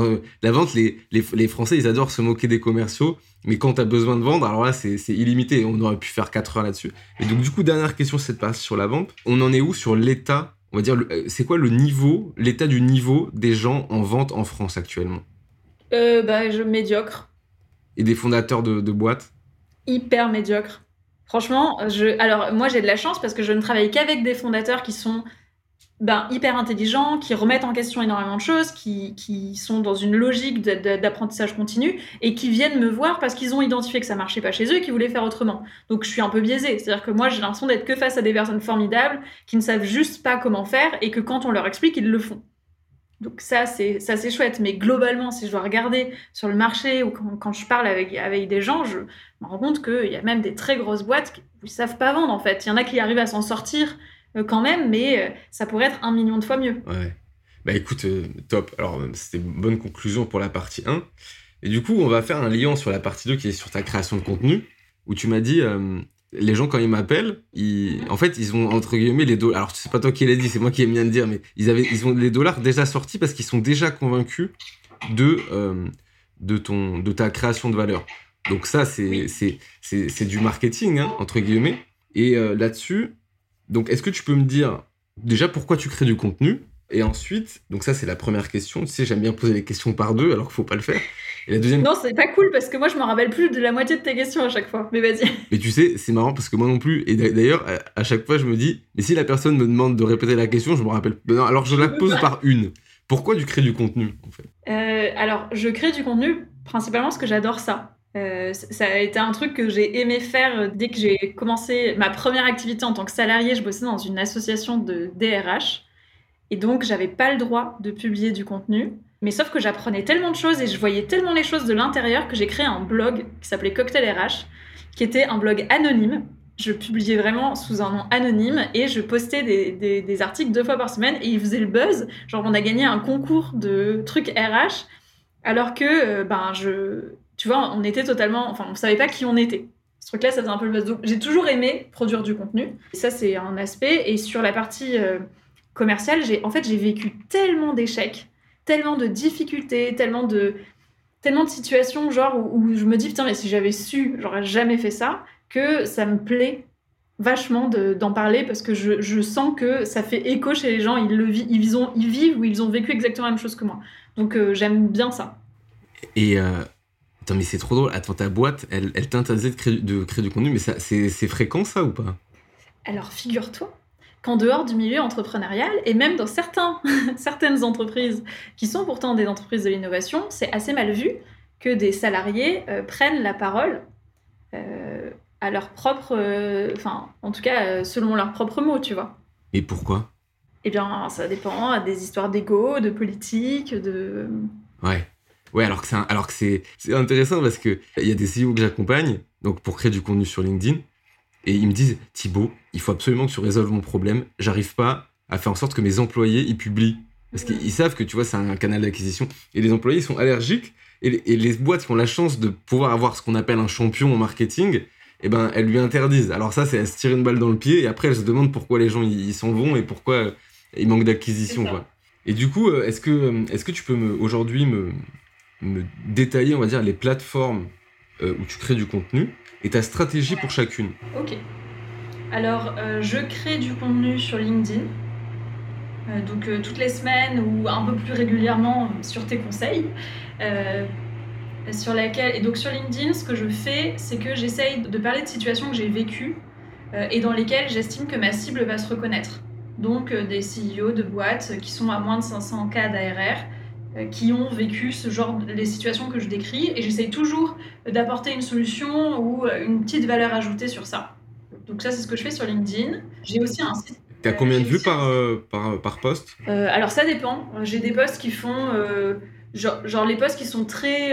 les Français, ils adorent se moquer des commerciaux, mais quand tu as besoin de vendre, alors là, c'est illimité. On aurait pu faire 4 heures là-dessus. Et donc, du coup, dernière question, cette partie sur la vente. On en est où sur l'état, on va dire, c'est quoi l'état du niveau des gens en vente en France actuellement?
Médiocre.
Et des fondateurs de boîtes?
Hyper médiocre. Franchement, alors moi j'ai de la chance parce que je ne travaille qu'avec des fondateurs qui sont hyper intelligents, qui remettent en question énormément de choses, qui sont dans une logique d'apprentissage continu, et qui viennent me voir parce qu'ils ont identifié que ça marchait pas chez eux et qu'ils voulaient faire autrement. Donc je suis un peu biaisée, c'est-à-dire que moi j'ai l'impression d'être que face à des personnes formidables qui ne savent juste pas comment faire, et que quand on leur explique, ils le font. Donc ça c'est chouette, mais globalement, si je dois regarder sur le marché, ou quand je parle avec des gens, je me rends compte qu'il y a même des très grosses boîtes qui ne savent pas vendre, en fait. Il y en a qui arrivent à s'en sortir quand même, mais ça pourrait être 1 million de fois mieux.
Ouais. Écoute, top. Alors, c'était une bonne conclusion pour la partie 1. Et du coup, on va faire un lien sur la partie 2 qui est sur ta création de contenu, où tu m'as dit... les gens, quand ils m'appellent, en fait, ils ont, entre guillemets, les dollars. Alors, c'est pas toi qui l'as dit, c'est moi qui aime bien le dire, mais ils ont les dollars déjà sortis parce qu'ils sont déjà convaincus de ta création de valeur. Donc ça, c'est du marketing, hein, entre guillemets. Et là-dessus, donc, est-ce que tu peux me dire déjà pourquoi tu crées du contenu? Et ensuite, donc ça, c'est la première question. Tu sais, j'aime bien poser les questions par 2, alors qu'il faut pas le faire. Et la deuxième...
Non, c'est pas cool parce que moi, je me rappelle plus de la moitié de tes questions à chaque fois. Mais vas-y.
Mais tu sais, c'est marrant parce que moi non plus. Et d'ailleurs, à chaque fois, je me dis, mais si la personne me demande de répéter la question, je me rappelle. Non, alors je la pose par une. Pourquoi tu crées du contenu, en fait?
Alors, je crée du contenu principalement parce que j'adore ça. Ça a été un truc que j'ai aimé faire dès que j'ai commencé ma première activité en tant que salarié. Je bossais dans une association de DRH. Et donc, j'avais pas le droit de publier du contenu. Mais sauf que j'apprenais tellement de choses et je voyais tellement les choses de l'intérieur que j'ai créé un blog qui s'appelait Cocktail RH, qui était un blog anonyme. Je publiais vraiment sous un nom anonyme et je postais des articles 2 fois par semaine et ils faisaient le buzz. Genre, on a gagné un concours de trucs RH alors que, tu vois, on était totalement... Enfin, on savait pas qui on était. Ce truc-là, ça faisait un peu le buzz. Donc, j'ai toujours aimé produire du contenu. Et ça, c'est un aspect. Et sur la partie commerciale, j'ai vécu tellement d'échecs, tellement de difficultés, tellement de situations genre où je me dis putain mais si j'avais su, j'aurais jamais fait ça, que ça me plaît vachement d'en parler parce que je sens que ça fait écho chez les gens, ils vivent ou ils ont vécu exactement la même chose que moi. Donc j'aime bien ça.
Et attends, mais c'est trop drôle. Attends, ta boîte, elle t'interdisait de créer du contenu, mais ça, c'est fréquent ça ou pas?
Alors figure-toi qu'en dehors du milieu entrepreneurial, et même dans certaines entreprises qui sont pourtant des entreprises de l'innovation, c'est assez mal vu que des salariés prennent la parole à leur propre... en tout cas, selon leurs propres mots, tu vois.
Et pourquoi?
Eh bien, ça dépend des histoires d'ego, de politique, de...
Ouais. Ouais, alors que c'est intéressant parce que il y a des CEO que j'accompagne, donc pour créer du contenu sur LinkedIn, et ils me disent, Thibaut, il faut absolument que tu résolves mon problème. J'arrive pas à faire en sorte que mes employés ils publient. Parce qu'ils savent que tu vois, c'est un canal d'acquisition. Et les employés ils sont allergiques. Et les boîtes qui ont la chance de pouvoir avoir ce qu'on appelle un champion en marketing, eh ben, elles lui interdisent. Alors ça, c'est à se tirer une balle dans le pied. Et après, elles se demandent pourquoi les gens ils s'en vont et pourquoi ils manquent d'acquisition, quoi. Et du coup, est-ce que tu peux aujourd'hui me détailler, on va dire, les plateformes où tu crées du contenu et ta stratégie pour chacune?
Ok. Alors, je crée du contenu sur LinkedIn, donc toutes les semaines ou un peu plus régulièrement sur tes conseils. Et donc sur LinkedIn, ce que je fais, c'est que j'essaye de parler de situations que j'ai vécues et dans lesquelles j'estime que ma cible va se reconnaître. Donc des CEO de boîtes qui sont à moins de 500 cas d'ARR, qui ont vécu les situations que je décris, et j'essaye toujours d'apporter une solution ou une petite valeur ajoutée sur ça. Donc ça, c'est ce que je fais sur LinkedIn. J'ai aussi un site.
T'as combien de vues par post?
Alors ça dépend. J'ai des posts qui font... genre les posts qui sont très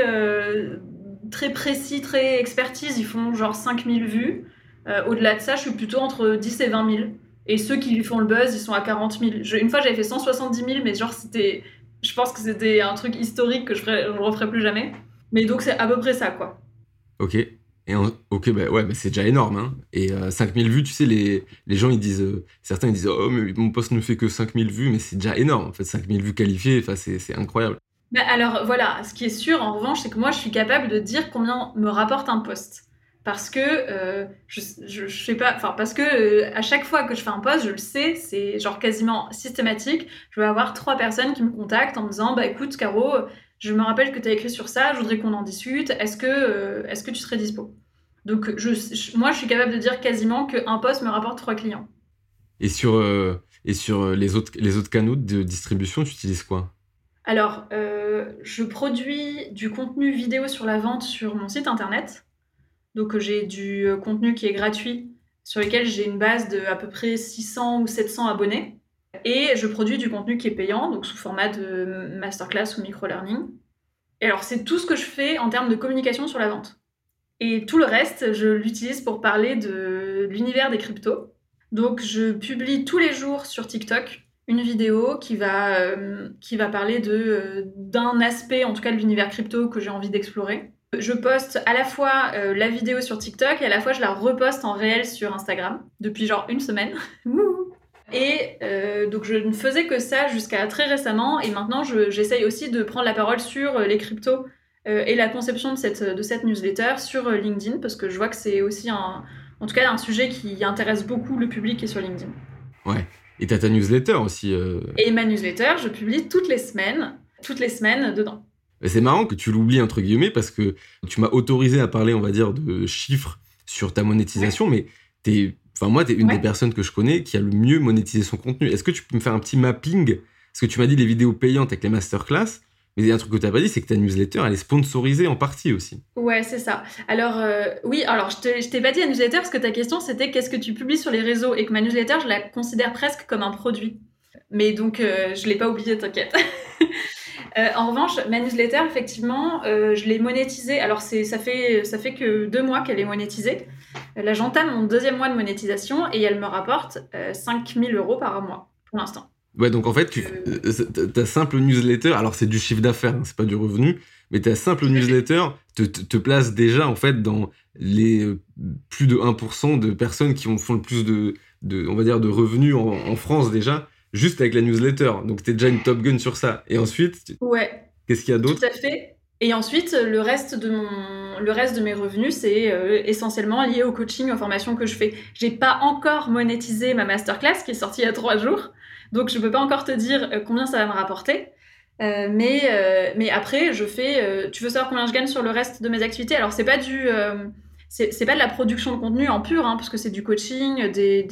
précis, très expertise, ils font genre 5000 vues. Au-delà de ça, je suis plutôt entre 10 et 20 000. Et ceux qui lui font le buzz, ils sont à 40 000. Une fois, j'avais fait 170 000, mais genre je pense que c'était un truc historique que je ne referai plus jamais. Mais donc c'est à peu près ça, quoi.
Ok. Ok, bah ouais, bah c'est déjà énorme, hein. Et 5000 vues, tu sais, les gens, ils disent... certains, ils disent « Oh, mais mon post ne fait que 5000 vues », mais c'est déjà énorme, en fait. 5000 vues qualifiées, enfin, c'est incroyable.
Bah alors, voilà, ce qui est sûr, en revanche, c'est que moi, je suis capable de dire combien me rapporte un post. Parce que, je sais pas... Enfin, parce que à chaque fois que je fais un post, je le sais, c'est genre quasiment systématique. Je vais avoir 3 personnes qui me contactent en me disant « Bah écoute, Caro, je me rappelle que tu as écrit sur ça, je voudrais qu'on en discute. Est-ce que tu serais dispo ?» Donc, moi, je suis capable de dire quasiment qu'un post me rapporte 3 clients.
Et sur les autres canaux de distribution, tu utilises quoi?
Alors, je produis du contenu vidéo sur la vente sur mon site internet. Donc, j'ai du contenu qui est gratuit, sur lequel j'ai une base de à peu près 600 ou 700 abonnés. Et je produis du contenu qui est payant, donc sous format de masterclass ou micro-learning. Et alors, c'est tout ce que je fais en termes de communication sur la vente. Et tout le reste, je l'utilise pour parler de l'univers des cryptos. Donc, je publie tous les jours sur TikTok une vidéo qui va parler d'un aspect, en tout cas de l'univers crypto, que j'ai envie d'explorer. Je poste à la fois la vidéo sur TikTok et à la fois je la reposte en réel sur Instagram depuis genre une semaine. Et donc je ne faisais que ça jusqu'à très récemment, et maintenant j'essaye aussi de prendre la parole sur les cryptos et la conception de cette newsletter sur LinkedIn, parce que je vois que c'est aussi en tout cas un sujet qui intéresse beaucoup le public qui est sur LinkedIn.
Ouais. Et t'as ta newsletter aussi.
Et ma newsletter, je publie toutes les semaines dedans.
C'est marrant que tu l'oublies entre guillemets parce que tu m'as autorisé à parler, on va dire, de chiffres sur ta monétisation, mais moi, t'es une des personnes que je connais qui a le mieux monétisé son contenu. Est-ce que tu peux me faire un petit mapping? Parce que tu m'as dit les vidéos payantes avec les masterclass, mais il y a un truc que tu n'as pas dit, c'est que ta newsletter, elle est sponsorisée en partie aussi.
Ouais, c'est ça. Alors, oui, alors je t'ai pas dit la newsletter parce que ta question, c'était qu'est-ce que tu publies sur les réseaux et que ma newsletter, je la considère presque comme un produit. Mais donc, je l'ai pas oublié, t'inquiète. En revanche, ma newsletter, effectivement, je l'ai monétisée. Alors, ça fait que 2 mois qu'elle est monétisée. Là, j'entame mon 2e mois de monétisation et elle me rapporte 5 000 € par mois, pour l'instant.
Ouais, donc en fait, ta simple newsletter, alors c'est du chiffre d'affaires, hein, c'est pas du revenu, mais ta simple newsletter te place déjà en fait dans les plus de 1% de personnes qui font le plus on va dire, de revenus en France déjà, juste avec la newsletter. Donc t'es déjà une top gun sur ça. Et ensuite,
ouais,
qu'est-ce qu'il y a d'autre?
Tout à fait. Et ensuite, le reste de mes revenus, c'est essentiellement lié au coaching, aux formations que je fais. J'ai pas encore monétisé ma masterclass qui est sortie il y a 3 jours. Donc, je peux pas encore te dire combien ça va me rapporter. Mais après, je fais... tu veux savoir combien je gagne sur le reste de mes activités? Alors, c'est pas c'est pas de la production de contenu en pur, hein, parce que c'est du coaching,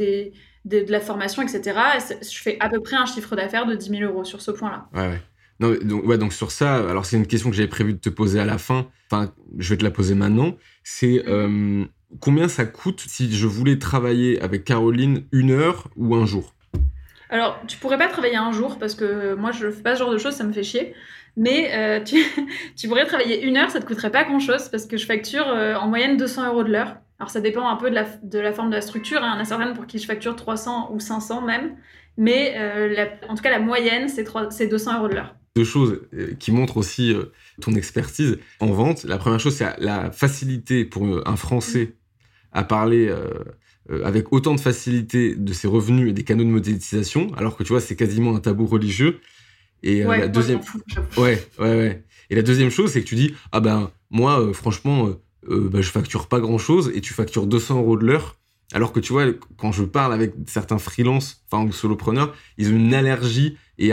de la formation, etc. Je fais à peu près un chiffre d'affaires de 10 000 € sur ce point-là.
Ouais. Non, donc sur ça, alors c'est une question que j'avais prévu de te poser à la fin. Enfin, je vais te la poser maintenant. C'est combien ça coûte si je voulais travailler avec Caroline 1 heure ou un jour?
Alors, tu pourrais pas travailler un jour parce que moi, je fais pas ce genre de choses, ça me fait chier. Mais tu pourrais travailler 1 heure, ça te coûterait pas grand-chose parce que je facture en moyenne 200 € de l'heure. Alors, ça dépend un peu de la forme de la structure, hein. Il y en a certaines pour qui je facture 300 ou 500 même. Mais en tout cas, la moyenne, c'est 200 € de l'heure.
2 choses qui montrent aussi ton expertise en vente. La première chose, c'est la facilité pour un Français à parler avec autant de facilité de ses revenus et des canaux de monétisation, alors que tu vois, c'est quasiment un tabou religieux. Et la deuxième... Ouais. Et la deuxième chose, c'est que tu dis, ah ben, moi, franchement, je facture pas grand-chose et tu factures 200 € de l'heure. Alors que tu vois, quand je parle avec certains freelances, ou solopreneurs, ils ont une allergie et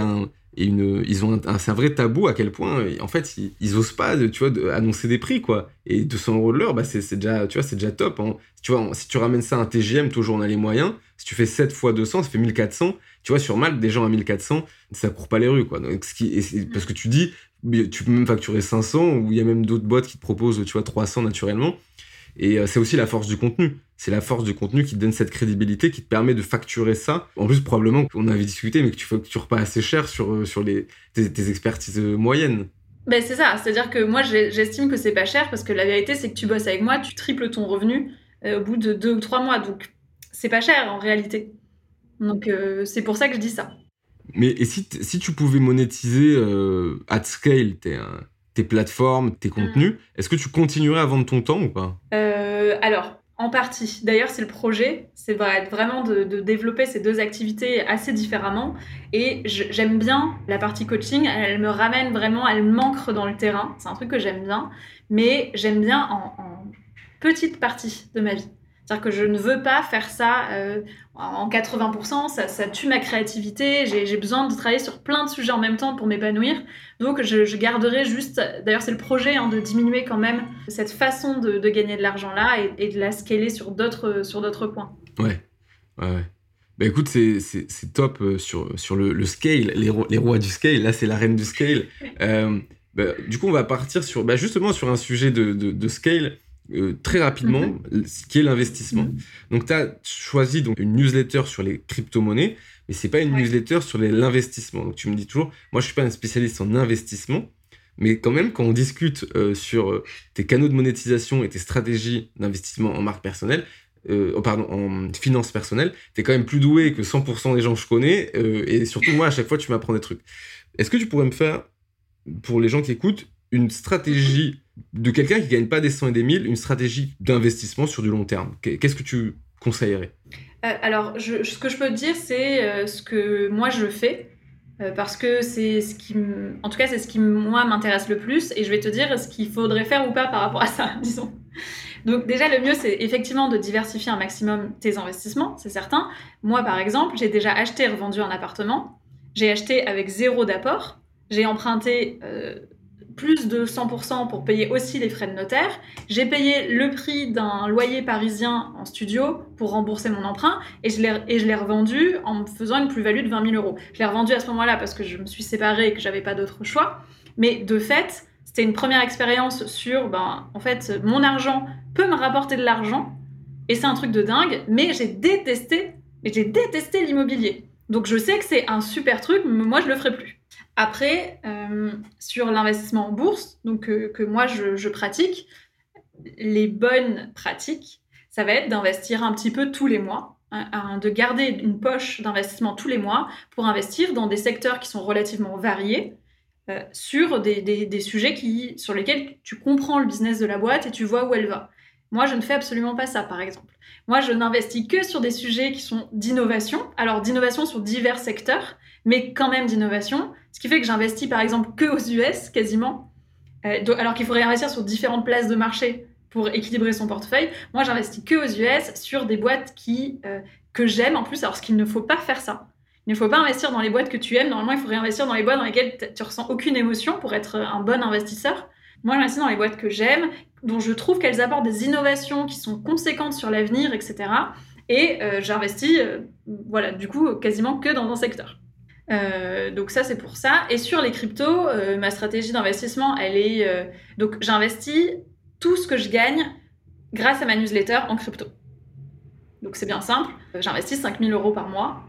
c'est un vrai tabou à quel point, en fait, ils osent pas, annoncer des prix, quoi. Et 200 € de l'heure, bah, c'est déjà, tu vois, c'est déjà top, hein. Si tu ramènes ça à un TGM, toujours on a les moyens. Si tu fais 7 fois 200, ça fait 1400. Tu vois, sur Malte, des gens à 1400, ça court pas les rues, quoi. Donc, parce que tu dis, tu peux même facturer 500, ou il y a même d'autres boîtes qui te proposent, 300 naturellement. Et c'est aussi la force du contenu. C'est la force du contenu qui te donne cette crédibilité, qui te permet de facturer ça. En plus, probablement qu'on avait discuté, mais que tu factures pas assez cher sur tes expertises moyennes.
Ben c'est ça, c'est-à-dire que moi j'estime que c'est pas cher parce que la vérité c'est que tu bosses avec moi, tu triples ton revenu au bout de 2 ou 3 mois, donc c'est pas cher en réalité. Donc c'est pour ça que je dis ça.
Mais et si tu pouvais monétiser at scale tes plateformes, tes contenus, est-ce que tu continuerais à vendre ton temps ou pas?
Alors, en partie. D'ailleurs, c'est le projet. C'est vraiment de développer ces 2 activités assez différemment. Et j'aime bien la partie coaching. Elle me ramène vraiment, elle m'ancre dans le terrain. C'est un truc que j'aime bien. Mais j'aime bien en petite partie de ma vie. C'est-à-dire que je ne veux pas faire ça en 80%, ça tue ma créativité, j'ai besoin de travailler sur plein de sujets en même temps pour m'épanouir. Donc je garderai juste, d'ailleurs c'est le projet de diminuer quand même cette façon de gagner de l'argent là et de la scaler sur d'autres points.
Ouais. Bah écoute, c'est top sur le scale, les rois du scale, là c'est la reine du scale. Du coup on va partir justement sur un sujet de scale. Très rapidement, ce qui est l'investissement. Donc, tu as choisi une newsletter sur les crypto-monnaies, mais c'est pas une newsletter sur l'investissement. Donc, tu me dis toujours, moi, je suis pas un spécialiste en investissement, mais quand même, quand on discute sur tes canaux de monétisation et tes stratégies d'investissement en marque personnelle, en finance personnelle, tu es quand même plus doué que 100% des gens que je connais, et surtout, moi, à chaque fois, tu m'apprends des trucs. Est-ce que tu pourrais me faire, pour les gens qui écoutent, une stratégie de quelqu'un qui gagne pas des 100 et des 1000, une stratégie d'investissement sur du long terme? Qu'est-ce que tu conseillerais?
Alors, ce que je peux te dire, c'est ce que moi je fais, parce que c'est ce qui, en tout cas, c'est ce qui moi m'intéresse le plus, et je vais te dire ce qu'il faudrait faire ou pas par rapport à ça, disons. Donc déjà, le mieux, c'est effectivement de diversifier un maximum tes investissements, c'est certain. Moi, par exemple, j'ai déjà acheté et revendu un appartement. J'ai acheté avec 0 d'apport. J'ai emprunté plus de 100% pour payer aussi les frais de notaire. J'ai payé le prix d'un loyer parisien en studio pour rembourser mon emprunt et je l'ai revendu en me faisant une plus-value de 20 000 euros. Je l'ai revendu à ce moment-là parce que je me suis séparée et que j'avais pas d'autre choix. Mais de fait, c'était une première expérience sur, en fait, mon argent peut me rapporter de l'argent et c'est un truc de dingue, mais j'ai détesté l'immobilier. Donc je sais que c'est un super truc, mais moi je le ferai plus. Après, sur l'investissement en bourse, donc que moi je pratique, les bonnes pratiques, ça va être d'investir un petit peu tous les mois, de garder une poche d'investissement tous les mois pour investir dans des secteurs qui sont relativement variés, sur des sujets sur lesquels tu comprends le business de la boîte et tu vois où elle va. Moi, je ne fais absolument pas ça, par exemple. Moi, je n'investis que sur des sujets qui sont d'innovation. Alors, d'innovation sur divers secteurs, mais quand même d'innovation. Ce qui fait que j'investis, par exemple, que aux US, quasiment. Alors qu'il faudrait investir sur différentes places de marché pour équilibrer son portefeuille. Moi, j'investis que aux US sur des boîtes que j'aime, en plus, alors qu'il ne faut pas faire ça. Il ne faut pas investir dans les boîtes que tu aimes. Normalement, il faudrait investir dans les boîtes dans lesquelles tu ressens aucune émotion pour être un bon investisseur. Moi, j'investis dans les boîtes que j'aime, dont je trouve qu'elles apportent des innovations qui sont conséquentes sur l'avenir, etc. Et j'investis, du coup, quasiment que dans un secteur. Donc ça, c'est pour ça. Et sur les cryptos, ma stratégie d'investissement, elle est... donc j'investis tout ce que je gagne grâce à ma newsletter en crypto. Donc c'est bien simple. J'investis 5 000 euros par mois.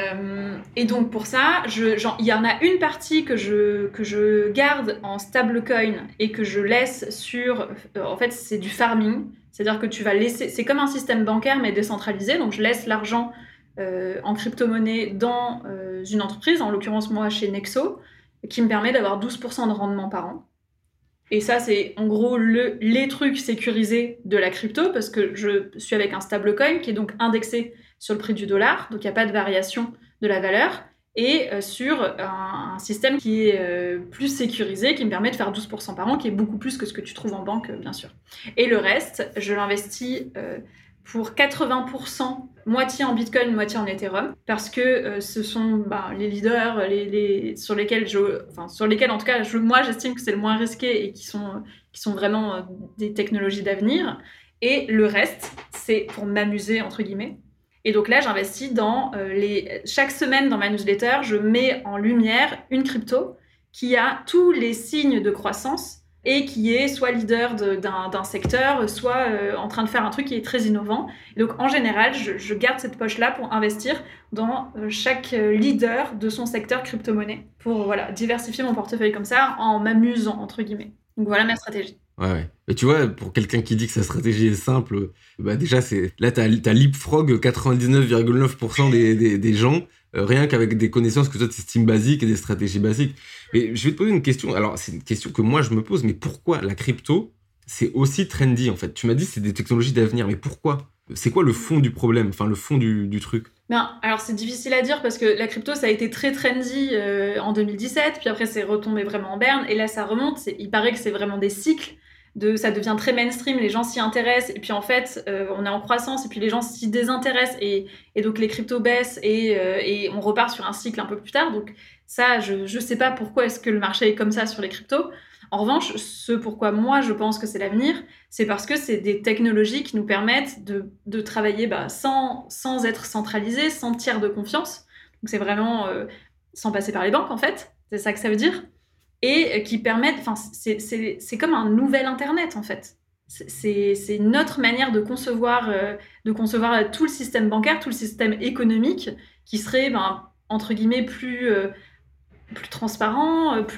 Et donc pour ça, il y en a une partie que je garde en stablecoin et que je laisse sur... en fait, c'est du farming. C'est-à-dire que tu vas laisser... C'est comme un système bancaire, mais décentralisé. Donc je laisse l'argent en crypto-monnaie dans une entreprise, en l'occurrence moi chez Nexo, qui me permet d'avoir 12% de rendement par an. Et ça, c'est en gros les trucs sécurisés de la crypto, parce que je suis avec un stablecoin qui est donc indexé sur le prix du dollar, donc il n'y a pas de variation de la valeur, et sur un système qui est plus sécurisé, qui me permet de faire 12% par an, qui est beaucoup plus que ce que tu trouves en banque, bien sûr. Et le reste, je l'investis pour 80%, moitié en Bitcoin, moitié en Ethereum, parce que ce sont les leaders sur lesquels en tout cas moi j'estime que c'est le moins risqué et qui sont vraiment des technologies d'avenir. Et le reste, c'est pour m'amuser entre guillemets. Et donc là, j'investis chaque semaine dans ma newsletter, je mets en lumière une crypto qui a tous les signes de croissance et qui est soit leader d'un secteur, soit en train de faire un truc qui est très innovant. Et donc, en général, je garde cette poche-là pour investir dans chaque leader de son secteur crypto-monnaie, pour diversifier mon portefeuille comme ça, en m'amusant, entre guillemets. Donc, voilà ma stratégie.
Ouais. Et tu vois, pour quelqu'un qui dit que sa stratégie est simple, déjà, là, t'as leapfrog 99,9% des gens, rien qu'avec des connaissances que toi, t'estimes basiques et des stratégies basiques. Mais je vais te poser une question. Alors, c'est une question que moi, je me pose, mais pourquoi la crypto, c'est aussi trendy, en fait? Tu m'as dit que c'est des technologies d'avenir, mais pourquoi? C'est quoi le fond du problème, enfin, le fond du truc?
Alors c'est difficile à dire parce que la crypto, ça a été très trendy en 2017, puis après, c'est retombé vraiment en berne, et là, ça remonte. Il paraît que c'est vraiment des cycles. Ça devient très mainstream, les gens s'y intéressent, et puis en fait, on est en croissance, et puis les gens s'y désintéressent, et donc les cryptos baissent, et on repart sur un cycle un peu plus tard. Donc ça, je sais pas pourquoi est-ce que le marché est comme ça sur les cryptos. En revanche, ce pourquoi moi je pense que c'est l'avenir, c'est parce que c'est des technologies qui nous permettent de travailler sans être centralisés, sans tiers de confiance. Donc c'est vraiment sans passer par les banques en fait, c'est ça que ça veut dire. Et qui permettent, c'est comme un nouvel Internet en fait. C'est une autre manière de concevoir tout le système bancaire, tout le système économique, qui serait entre guillemets plus transparent,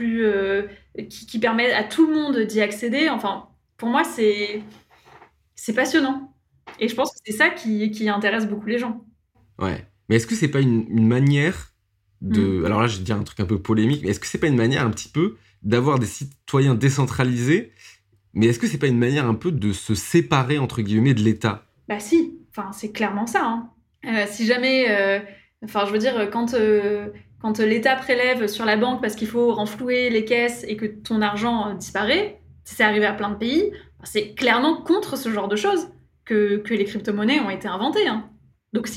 qui permet à tout le monde d'y accéder. Enfin, pour moi, c'est passionnant. Et je pense que c'est ça qui intéresse beaucoup les gens.
Ouais. Mais est-ce que c'est pas une manière alors là, je vais dire un truc un peu polémique, mais est-ce que c'est pas une manière un petit peu d'avoir des citoyens décentralisés, mais est-ce que c'est pas une manière un peu de se séparer, entre guillemets, de l'État?
Si. Enfin, c'est clairement ça. Si jamais... je veux dire, quand l'État prélève sur la banque parce qu'il faut renflouer les caisses et que ton argent disparaît, c'est arrivé à plein de pays, c'est clairement contre ce genre de choses que les crypto-monnaies ont été inventées. Donc si.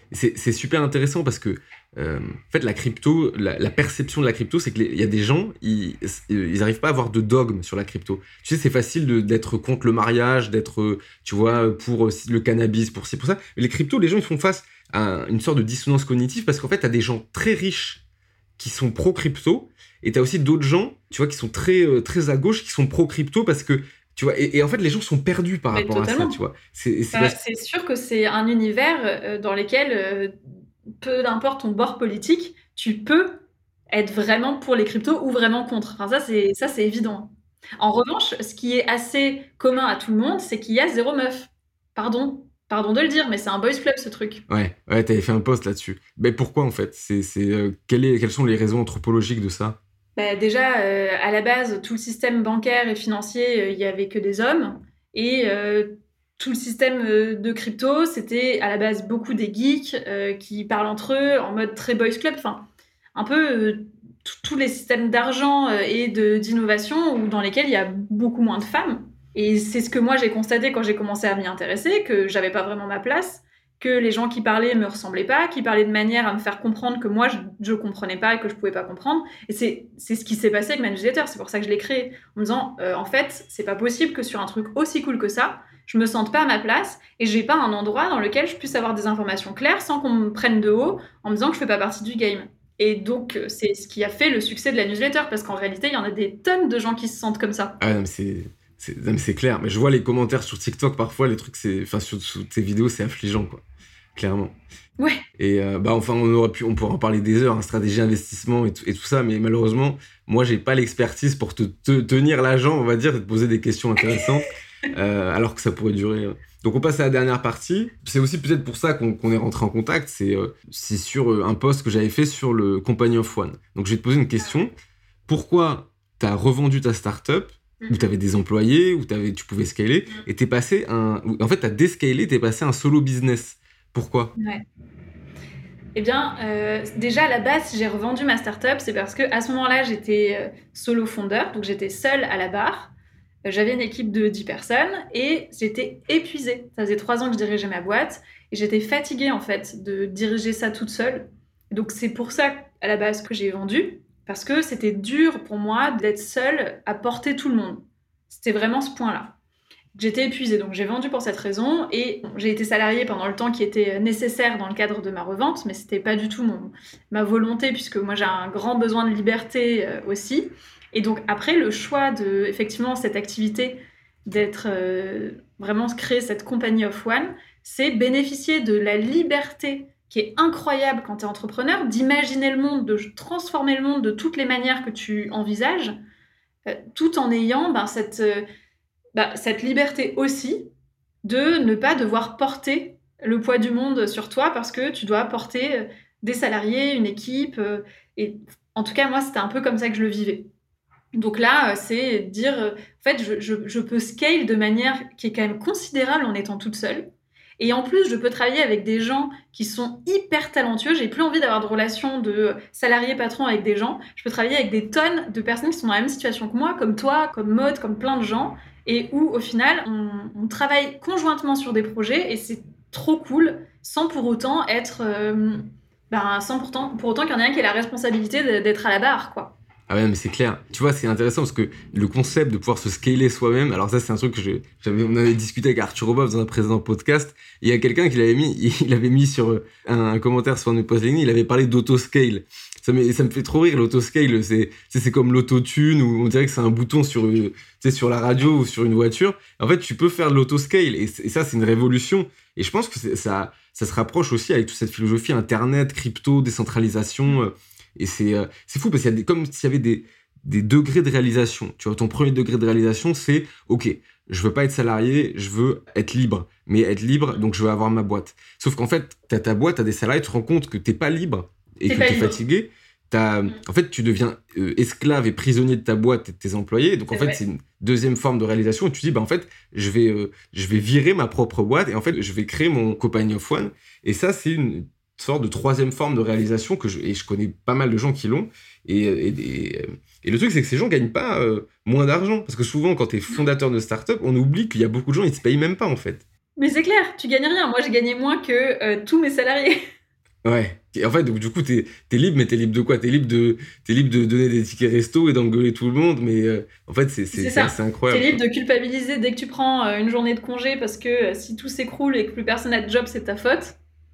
C'est super intéressant parce que, en fait, la crypto, la perception de la crypto, c'est qu'il y a des gens, ils n'arrivent pas à avoir de dogme sur la crypto. Tu sais, c'est facile d'être contre le mariage, d'être, tu vois, pour le cannabis, pour ci, pour ça. Mais les cryptos, les gens, ils font face à une sorte de dissonance cognitive parce qu'en fait, t'as des gens très riches qui sont pro-crypto et t'as aussi d'autres gens, tu vois, qui sont très à gauche, qui sont pro-crypto parce que, tu vois, et en fait, les gens sont perdus par rapport
totalement.
à ça, tu vois.
C'est sûr que c'est un univers dans lequel, peu importe ton bord politique, tu peux être vraiment pour les cryptos ou vraiment contre. Enfin, ça, c'est évident. En revanche, ce qui est assez commun à tout le monde, c'est qu'il y a 0 meuf. Pardon de le dire, mais c'est un boys club, ce truc.
Ouais, t'avais fait un post là-dessus. Mais pourquoi, en fait quelles sont les raisons anthropologiques de ça?
Déjà, à la base, tout le système bancaire et financier, il y avait que des hommes. Et tout le système de crypto, c'était à la base beaucoup des geeks qui parlent entre eux en mode très boys club. Enfin, un peu tous les systèmes d'argent et d'innovation dans lesquels il y a beaucoup moins de femmes. Et c'est ce que moi j'ai constaté quand j'ai commencé à m'y intéresser, que j'avais pas vraiment ma place, que les gens qui parlaient me ressemblaient pas, qui parlaient de manière à me faire comprendre que moi je comprenais pas et que je pouvais pas comprendre. Et c'est ce qui s'est passé avec ma newsletter. C'est pour ça que je l'ai créée, en me disant en fait c'est pas possible que sur un truc aussi cool que ça, je me sente pas à ma place et j'ai pas un endroit dans lequel je puisse avoir des informations claires sans qu'on me prenne de haut en me disant que je fais pas partie du game. Et donc, c'est ce qui a fait le succès de la newsletter, parce qu'en réalité, il y en a des tonnes de gens qui se sentent comme ça.
Ah non, mais c'est clair. Mais je vois les commentaires sur TikTok, parfois, les trucs, sur tes vidéos, c'est affligeant, quoi. Clairement.
Ouais.
Et enfin, on pourrait en parler des heures, hein, stratégie, investissement et tout ça, mais malheureusement, moi, j'ai pas l'expertise pour te tenir la jambe, on va dire, et te poser des questions intéressantes, alors que ça pourrait durer. Donc on passe à la dernière partie. C'est aussi peut-être pour ça qu'on est rentré en contact. C'est sur un post que j'avais fait sur le Company of One. Donc je vais te poser une question. Pourquoi tu as revendu ta startup où tu avais des employés, où tu pouvais scaler, et t'es passé en fait, tu as déscalé, tu es passé un solo business. Pourquoi ?
Ouais. Eh bien, déjà à la base, si j'ai revendu ma startup, c'est parce qu'à ce moment-là, j'étais solo fondeur, donc j'étais seule à la barre. J'avais une équipe de 10 personnes et j'étais épuisée. Ça faisait 3 ans que je dirigeais ma boîte et j'étais fatiguée en fait de diriger ça toute seule. Donc c'est pour ça à la base que j'ai vendu, parce que c'était dur pour moi d'être seule à porter tout le monde. C'était vraiment ce point-là. J'étais épuisée, donc j'ai vendu pour cette raison et j'ai été salariée pendant le temps qui était nécessaire dans le cadre de ma revente, mais c'était pas du tout ma volonté puisque moi j'ai un grand besoin de liberté aussi. Et donc après, le choix de, effectivement, cette activité, d'être vraiment créer cette compagnie of one, c'est bénéficier de la liberté qui est incroyable quand tu es entrepreneur, d'imaginer le monde, de transformer le monde de toutes les manières que tu envisages, tout en ayant cette liberté aussi de ne pas devoir porter le poids du monde sur toi parce que tu dois porter des salariés, une équipe. Et en tout cas, moi, c'était un peu comme ça que je le vivais. Donc là, c'est dire, en fait, je peux scale de manière qui est quand même considérable en étant toute seule. Et en plus, je peux travailler avec des gens qui sont hyper talentueux. J'ai plus envie d'avoir de relations de salarié-patron avec des gens. Je peux travailler avec des tonnes de personnes qui sont dans la même situation que moi, comme toi, comme Maud, comme plein de gens. Et où, au final, on travaille conjointement sur des projets et c'est trop cool, sans pour autant être... pour autant qu'il y en ait un qui ait la responsabilité d'être à la barre, quoi.
Ah ouais, mais c'est clair. Tu vois, c'est intéressant parce que le concept de pouvoir se scaler soi-même, alors ça, c'est un truc que on avait discuté avec Arthur Robov dans un précédent podcast. Il y a quelqu'un il avait mis sur un commentaire sur un post LinkedIn, il avait parlé d'autoscale. Ça me fait trop rire, l'autoscale. C'est comme l'autotune où on dirait que c'est un bouton sur la radio ou sur une voiture. En fait, tu peux faire de l'autoscale et ça, c'est une révolution. Et je pense que ça se rapproche aussi avec toute cette philosophie Internet, crypto, décentralisation. Et c'est fou parce qu'il y a comme s'il y avait des degrés de réalisation. Tu vois, ton premier degré de réalisation, c'est OK, je veux pas être salarié, je veux être libre. Mais être libre, donc je veux avoir ma boîte. Sauf qu'en fait, t'as ta boîte, t'as des salariés, tu te rends compte que t'es pas libre et que t'es fatigué. En fait, tu deviens esclave et prisonnier de ta boîte et de tes employés. Donc, en fait, c'est une deuxième forme de réalisation. Et tu dis, en fait, je vais virer ma propre boîte et en fait, je vais créer mon Company of One. Et ça, c'est une sorte de troisième forme de réalisation et je connais pas mal de gens qui l'ont. Et le truc, c'est que ces gens gagnent pas moins d'argent. Parce que souvent, quand t'es fondateur de start-up, on oublie qu'il y a beaucoup de gens, ils se payent même pas, en fait.
Mais c'est clair, tu gagnes rien. Moi, j'ai gagné moins que tous mes salariés.
Ouais. Et en fait, donc, du coup, t'es libre, mais t'es libre de quoi? T'es libre de donner des tickets resto et d'engueuler tout le monde, mais en fait, c'est
ça.
assez incroyable.
T'es libre de culpabiliser dès que tu prends une journée de congé parce que si tout s'écroule et que plus personne n'a de job, c'est ta faute.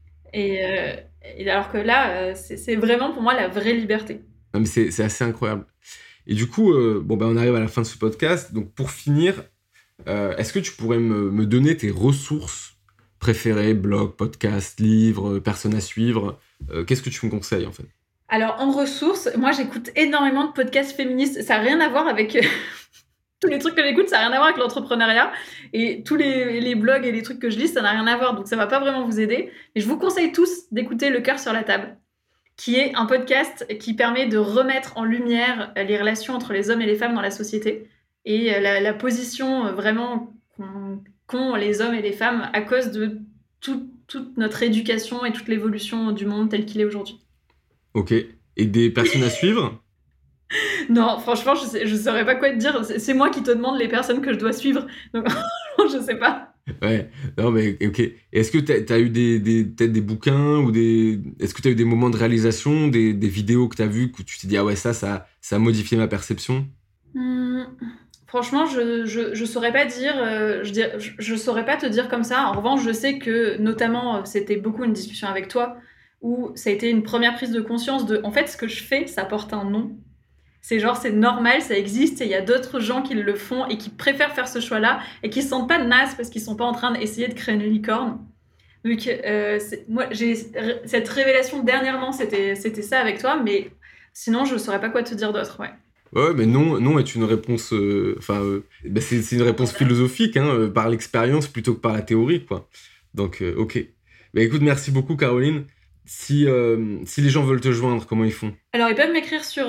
Et alors que là, c'est vraiment pour moi la vraie liberté.
Non, mais c'est assez incroyable. Et du coup, on arrive à la fin de ce podcast. Donc, pour finir, est-ce que tu pourrais me donner tes ressources préférées, blog, podcast, livres, personnes à suivre? Qu'est-ce que tu me conseilles, en fait?
Alors, en ressources, moi, j'écoute énormément de podcasts féministes. Ça n'a rien à voir avec... tous les trucs que j'écoute, ça n'a rien à voir avec l'entrepreneuriat. Et tous les blogs et les trucs que je lis, ça n'a rien à voir. Donc, ça ne va pas vraiment vous aider. Mais je vous conseille tous d'écouter Le Cœur sur la table, qui est un podcast qui permet de remettre en lumière les relations entre les hommes et les femmes dans la société et la position vraiment qu'ont les hommes et les femmes à cause de toute notre éducation et toute l'évolution du monde tel qu'il est aujourd'hui.
Ok. Et des personnes à suivre?
Non, franchement, je saurais pas quoi te dire. C'est moi qui te demande les personnes que je dois suivre. Donc, je sais pas.
Ouais, non mais ok. Et est-ce que t'as eu peut-être des bouquins ou est-ce que t'as eu des moments de réalisation, des vidéos que t'as vues que tu t'es dit ah ouais ça a modifié ma perception?
Franchement, je saurais pas dire. Je saurais pas te dire comme ça. En revanche, je sais que notamment c'était beaucoup une discussion avec toi où ça a été une première prise de conscience de en fait ce que je fais, ça porte un nom. C'est genre, c'est normal, ça existe, et il y a d'autres gens qui le font et qui préfèrent faire ce choix-là et qui se sentent pas nazes parce qu'ils sont pas en train d'essayer de créer une licorne. Donc, moi, j'ai cette révélation dernièrement, c'était ça avec toi, mais sinon, je saurais pas quoi te dire d'autre, ouais.
Ouais, mais non est une réponse. C'est une réponse philosophique, hein, par l'expérience plutôt que par la théorie, quoi. Donc, ok. Bah, écoute, merci beaucoup, Caroline. Si les gens veulent te joindre, comment ils font?
Alors, ils peuvent m'écrire sur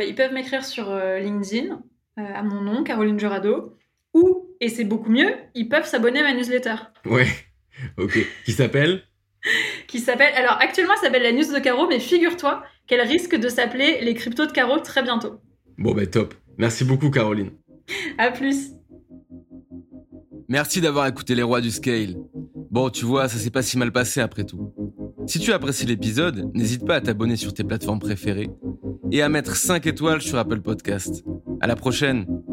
LinkedIn, à mon nom, Caroline Jurado, ou, et c'est beaucoup mieux, ils peuvent s'abonner à ma newsletter.
Ouais, ok. Qui s'appelle?
Alors, actuellement, elle s'appelle la news de Caro, mais figure-toi qu'elle risque de s'appeler les cryptos de Caro très bientôt.
Bon, bah top. Merci beaucoup, Caroline.
À plus.
Merci d'avoir écouté Les Rois du Scale. Bon, tu vois, ça s'est pas si mal passé après tout. Si tu apprécies l'épisode, n'hésite pas à t'abonner sur tes plateformes préférées et à mettre 5 étoiles sur Apple Podcast. À la prochaine!